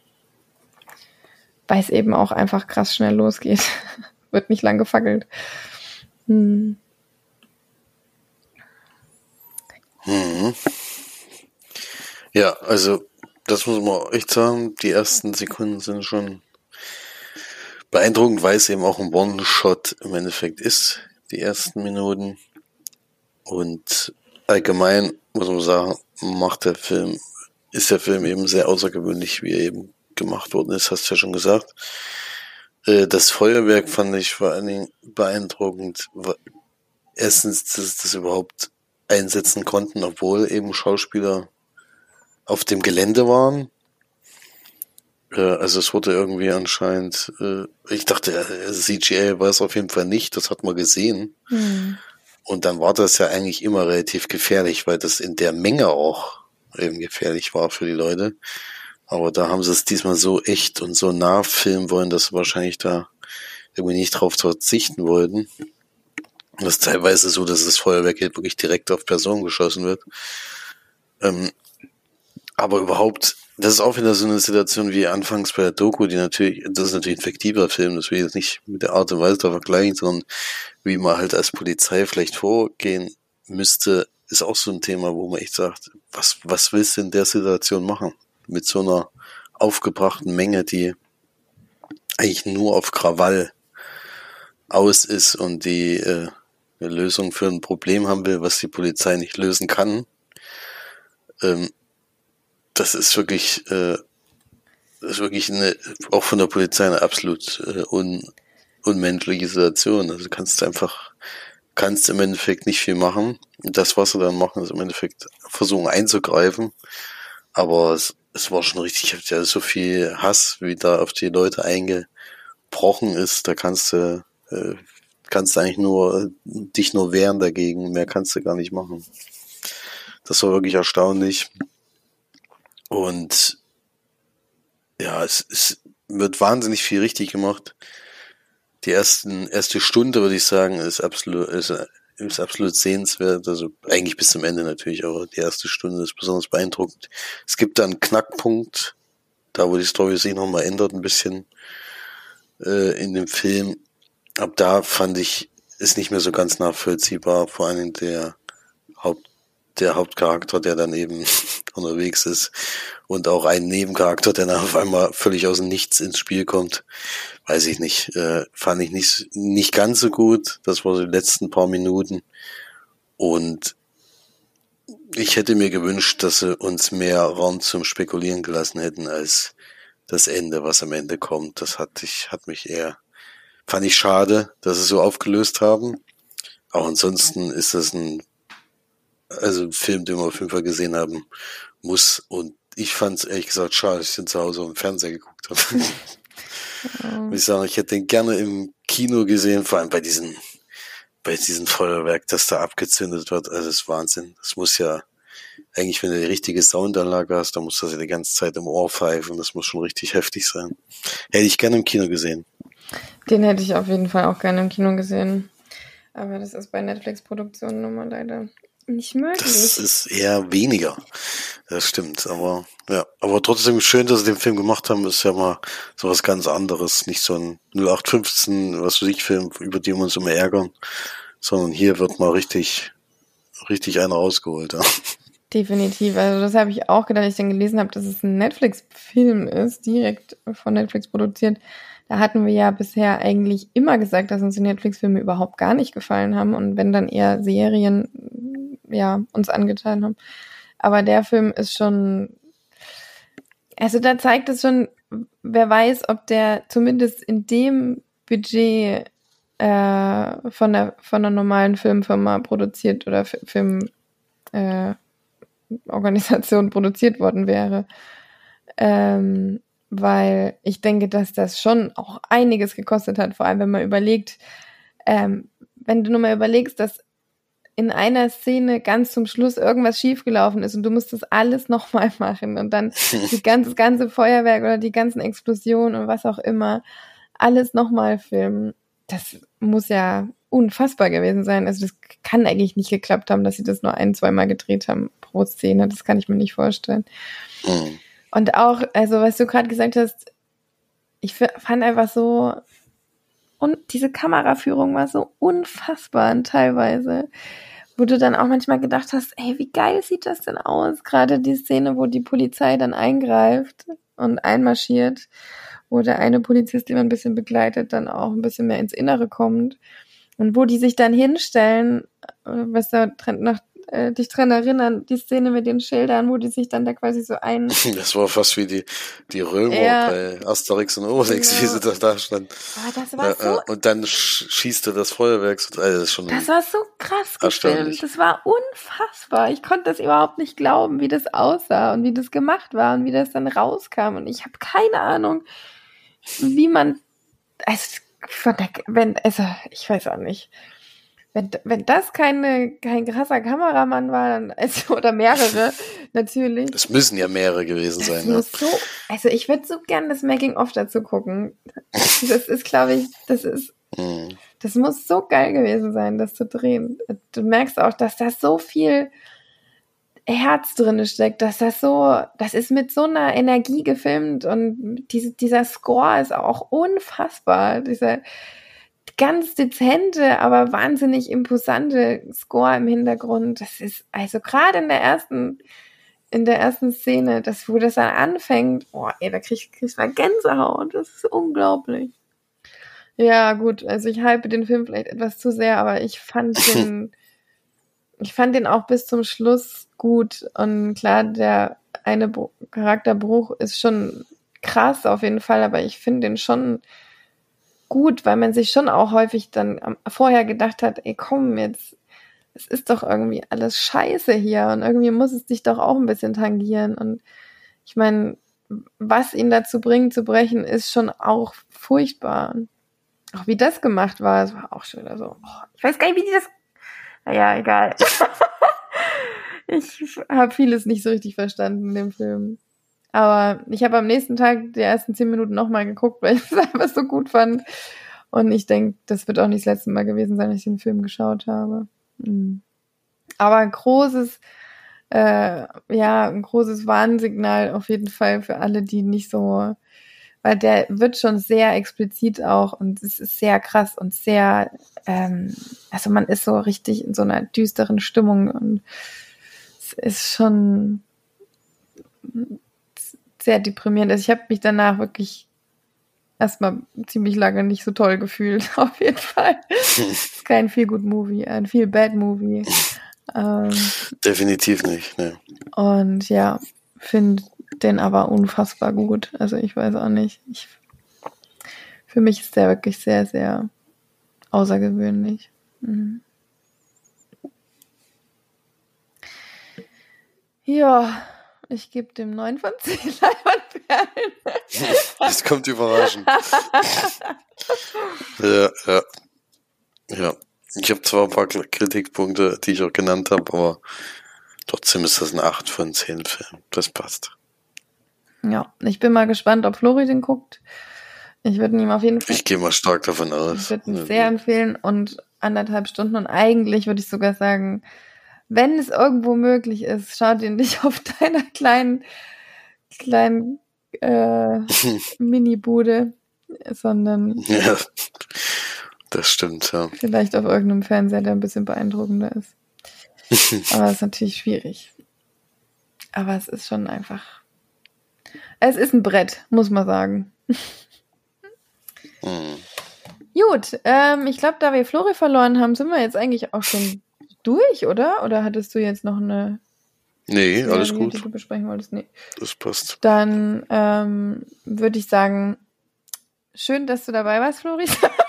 weil es eben auch einfach krass schnell losgeht. Wird nicht lang gefackelt. Hm. Mhm. Ja, also das muss man echt sagen, die ersten Sekunden sind schon beeindruckend, weil es eben auch ein One-Shot im Endeffekt ist, die ersten Minuten. Und allgemein muss man sagen, macht der Film, ist der Film eben sehr außergewöhnlich, wie er eben gemacht worden ist, hast du ja schon gesagt. Das Feuerwerk fand ich vor allen Dingen beeindruckend. Erstens, dass sie das überhaupt einsetzen konnten, obwohl eben Schauspieler auf dem Gelände waren. Also es wurde irgendwie anscheinend, ich dachte, C G I war es auf jeden Fall nicht, das hat man gesehen. Mhm. Und dann war das ja eigentlich immer relativ gefährlich, weil das in der Menge auch eben gefährlich war für die Leute. Aber da haben sie es diesmal so echt und so nah filmen wollen, dass sie wahrscheinlich da irgendwie nicht drauf verzichten wollten. Und das ist teilweise so, dass das Feuerwerk wirklich direkt auf Personen geschossen wird. Ähm, aber überhaupt, das ist auch wieder so eine Situation wie anfangs bei der Doku, die natürlich, das ist natürlich ein fiktiver Film, das will ich jetzt nicht mit der Art und Weise da vergleichen, sondern wie man halt als Polizei vielleicht vorgehen müsste, ist auch so ein Thema, wo man echt sagt, was, was willst du in der Situation machen? Mit so einer aufgebrachten Menge, die eigentlich nur auf Krawall aus ist und die äh, eine Lösung für ein Problem haben will, was die Polizei nicht lösen kann. Ähm, das ist wirklich, äh, das ist wirklich eine, auch von der Polizei eine absolut äh, un, unmenschliche Situation. Also du kannst einfach, kannst im Endeffekt nicht viel machen. Und das, was sie dann machen, ist im Endeffekt versuchen einzugreifen. Aber es, es war schon richtig, ich habe ja so viel Hass, wie da auf die Leute eingebrochen ist. Da kannst du, äh, kannst du eigentlich nur, dich nur wehren dagegen. Mehr kannst du gar nicht machen. Das war wirklich erstaunlich. Und ja, es, es wird wahnsinnig viel richtig gemacht. Die ersten, erste Stunde, würde ich sagen, ist absolut, ist, ist absolut sehenswert. Also eigentlich bis zum Ende natürlich, aber die erste Stunde ist besonders beeindruckend. Es gibt da einen Knackpunkt, da wo die Story sich nochmal ändert ein bisschen äh, in dem Film. Ab da fand ich, ist nicht mehr so ganz nachvollziehbar, vor allem der Haupt der Hauptcharakter, der dann eben unterwegs ist und auch ein Nebencharakter, der dann auf einmal völlig aus dem Nichts ins Spiel kommt, weiß ich nicht, äh, fand ich nicht nicht ganz so gut. Das war so die letzten paar Minuten Und ich hätte mir gewünscht, dass sie uns mehr Raum zum Spekulieren gelassen hätten als das Ende, was am Ende kommt. Das hat ich, hat mich eher, fand ich schade, dass sie so aufgelöst haben. Aber ansonsten ist das ein, also ein Film, den man auf jeden Fall gesehen haben muss. Und ich fand es ehrlich gesagt schade, dass ich den zu Hause im Fernseher geguckt habe. Ja. Muss ich sagen, ich hätte den gerne im Kino gesehen, vor allem bei diesen, bei diesem Feuerwerk, das da abgezündet wird. Also das ist Wahnsinn. Das muss ja, eigentlich, wenn du die richtige Soundanlage hast, dann muss das ja die ganze Zeit im Ohr pfeifen. Das muss schon richtig heftig sein. Hätte ich gerne im Kino gesehen. Den hätte ich auf jeden Fall auch gerne im Kino gesehen. Aber das ist bei Netflix-Produktionen nun mal leider nicht möglich. Das ist eher weniger. Das stimmt. Aber ja, aber trotzdem schön, dass sie den Film gemacht haben. Ist ja mal so was ganz anderes. Nicht so ein null acht fünfzehn, was weiß ich, Film, über den wir uns immer ärgern. Sondern hier wird mal richtig, richtig einer rausgeholt. Ja. Definitiv. Also das habe ich auch gedacht, als ich dann gelesen habe, dass es ein Netflix-Film ist, direkt von Netflix produziert. Da hatten wir ja bisher eigentlich immer gesagt, dass uns die Netflix-Filme überhaupt gar nicht gefallen haben und wenn dann eher Serien, ja, uns angetan haben. Aber der Film ist schon, also da zeigt es schon, wer weiß, ob der zumindest in dem Budget äh, von der von einer normalen Filmfirma produziert oder F- Film äh, Organisation produziert worden wäre. Ähm, weil ich denke, dass das schon auch einiges gekostet hat, vor allem wenn man überlegt, ähm, wenn du nur mal überlegst, dass in einer Szene ganz zum Schluss irgendwas schiefgelaufen ist und du musst das alles nochmal machen und dann die ganze, das ganze Feuerwerk oder die ganzen Explosionen und was auch immer, alles nochmal filmen. Das muss ja unfassbar gewesen sein. Also das kann eigentlich nicht geklappt haben, dass sie das nur ein-, zweimal gedreht haben pro Szene. Das kann ich mir nicht vorstellen. Mhm. Und auch, also was du gerade gesagt hast, ich fand einfach so, und diese Kameraführung war so unfassbar teilweise, wo du dann auch manchmal gedacht hast, ey, wie geil sieht das denn aus? Gerade die Szene, wo die Polizei dann eingreift und einmarschiert, wo der eine Polizist, den man ein bisschen begleitet, dann auch ein bisschen mehr ins Innere kommt und wo die sich dann hinstellen, was da noch äh, dich dran erinnern, die Szene mit den Schildern, wo die sich dann da quasi so ein... Das war fast wie die, die Römer ja, bei Asterix und Obelix, genau. wie sie da, da standen. Aber das war Ja, so... und dann sch- schießt er das Feuerwerk. Also das ist schon Das war so krass erstaunlich. gefilmt. Das war unfassbar. Ich konnte das überhaupt nicht glauben, wie das aussah und wie das gemacht war und wie das dann rauskam. Und ich habe keine Ahnung, wie man... Also, von der, wenn, also ich weiß auch nicht. Wenn, wenn das keine, kein krasser Kameramann war, dann, also, oder mehrere, natürlich. Das müssen ja mehrere gewesen Das sein. Ja. muss so, also ich würde so gern das Making-of dazu gucken. Das ist, glaube ich, das ist, Mhm. das muss so geil gewesen sein, das zu drehen. Du merkst auch, dass da so viel Herz drin steckt, dass das so, das ist mit so einer Energie gefilmt und diese, dieser Score ist auch unfassbar. Dieser ganz dezente, aber wahnsinnig imposante Score im Hintergrund. Das ist, also gerade in der ersten, in der ersten Szene, das, wo das dann anfängt, boah, ey, da krieg, krieg ich mal Gänsehaut. Das ist unglaublich. Ja, gut, also ich hype den Film vielleicht etwas zu sehr, aber ich fand den, ich fand den auch bis zum Schluss gut. Und klar, der eine Br- Charakterbruch ist schon krass auf jeden Fall, aber ich finde den schon gut, weil man sich schon auch häufig dann am, vorher gedacht hat, ey, komm, jetzt, es ist doch irgendwie alles scheiße hier und irgendwie muss es dich doch auch ein bisschen tangieren. Und ich meine, was ihn dazu bringt, zu brechen, ist schon auch furchtbar. Auch wie das gemacht war, das war auch schon wieder so, oh, ich weiß gar nicht, wie die das, naja, egal. Ich habe vieles nicht so richtig verstanden in dem Film. Aber ich habe am nächsten Tag die ersten zehn Minuten nochmal geguckt, weil ich es einfach so gut fand. Und ich denke, das wird auch nicht das letzte Mal gewesen sein, dass ich den Film geschaut habe. Mhm. Aber ein großes, äh, ja, ein großes Warnsignal auf jeden Fall für alle, die nicht so, weil der wird schon sehr explizit auch und es ist sehr krass und sehr, ähm, also man ist so richtig in so einer düsteren Stimmung und es ist schon sehr deprimierend. Also ich habe mich danach wirklich erstmal ziemlich lange nicht so toll gefühlt, auf jeden Fall. Es ist kein Feel-Good-Movie, ein Feel-Bad-Movie. Ähm, Definitiv nicht, ne. und ja, finde den aber unfassbar gut. Also ich weiß auch nicht. Ich, für mich ist der wirklich sehr, sehr außergewöhnlich. Mhm. Ja, ich gebe dem neun von zehn Leinwandperlen. Das kommt überraschend. ja, ja. Ja. Ich habe zwar ein paar Kritikpunkte, die ich auch genannt habe, aber trotzdem ist das ein acht von zehn Film. Das passt. Ja, ich bin mal gespannt, ob Flori den guckt. Ich würde ihm auf jeden Fall... Ich gehe mal stark davon aus. Ich würde ihn sehr empfehlen und anderthalb Stunden. Und eigentlich würde ich sogar sagen, wenn es irgendwo möglich ist, schau den nicht auf deiner kleinen, kleinen äh, Mini-Bude, sondern ja, das stimmt, ja. vielleicht auf irgendeinem Fernseher, der ein bisschen beeindruckender ist. Aber es ist natürlich schwierig. Aber es ist schon einfach... Es ist ein Brett, muss man sagen. Hm. Gut, ähm, ich glaube, da wir Flori verloren haben, sind wir jetzt eigentlich auch schon durch, oder? Oder hattest du jetzt noch eine Nee, Serie, alles gut. die du besprechen wolltest? Nee. Das passt. Dann ähm, würde ich sagen, schön, dass du dabei warst, Flori.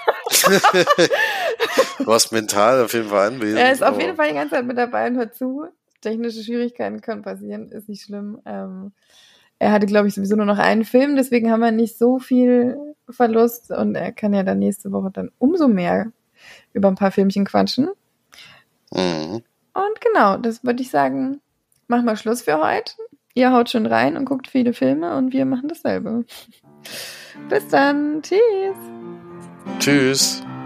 Du warst mental auf jeden Fall anwesend. Er ist auf aber- jeden Fall die ganze Zeit mit dabei und hört zu. Technische Schwierigkeiten können passieren, ist nicht schlimm. Ähm, er hatte, glaube ich, sowieso nur noch einen Film, deswegen haben wir nicht so viel Verlust und er kann ja dann nächste Woche dann umso mehr über ein paar Filmchen quatschen. Mhm. Und genau, das würde ich sagen, machen wir Schluss für heute. Ihr haut schon rein und guckt viele Filme und wir machen dasselbe. Bis dann. Tschüss. Tschüss.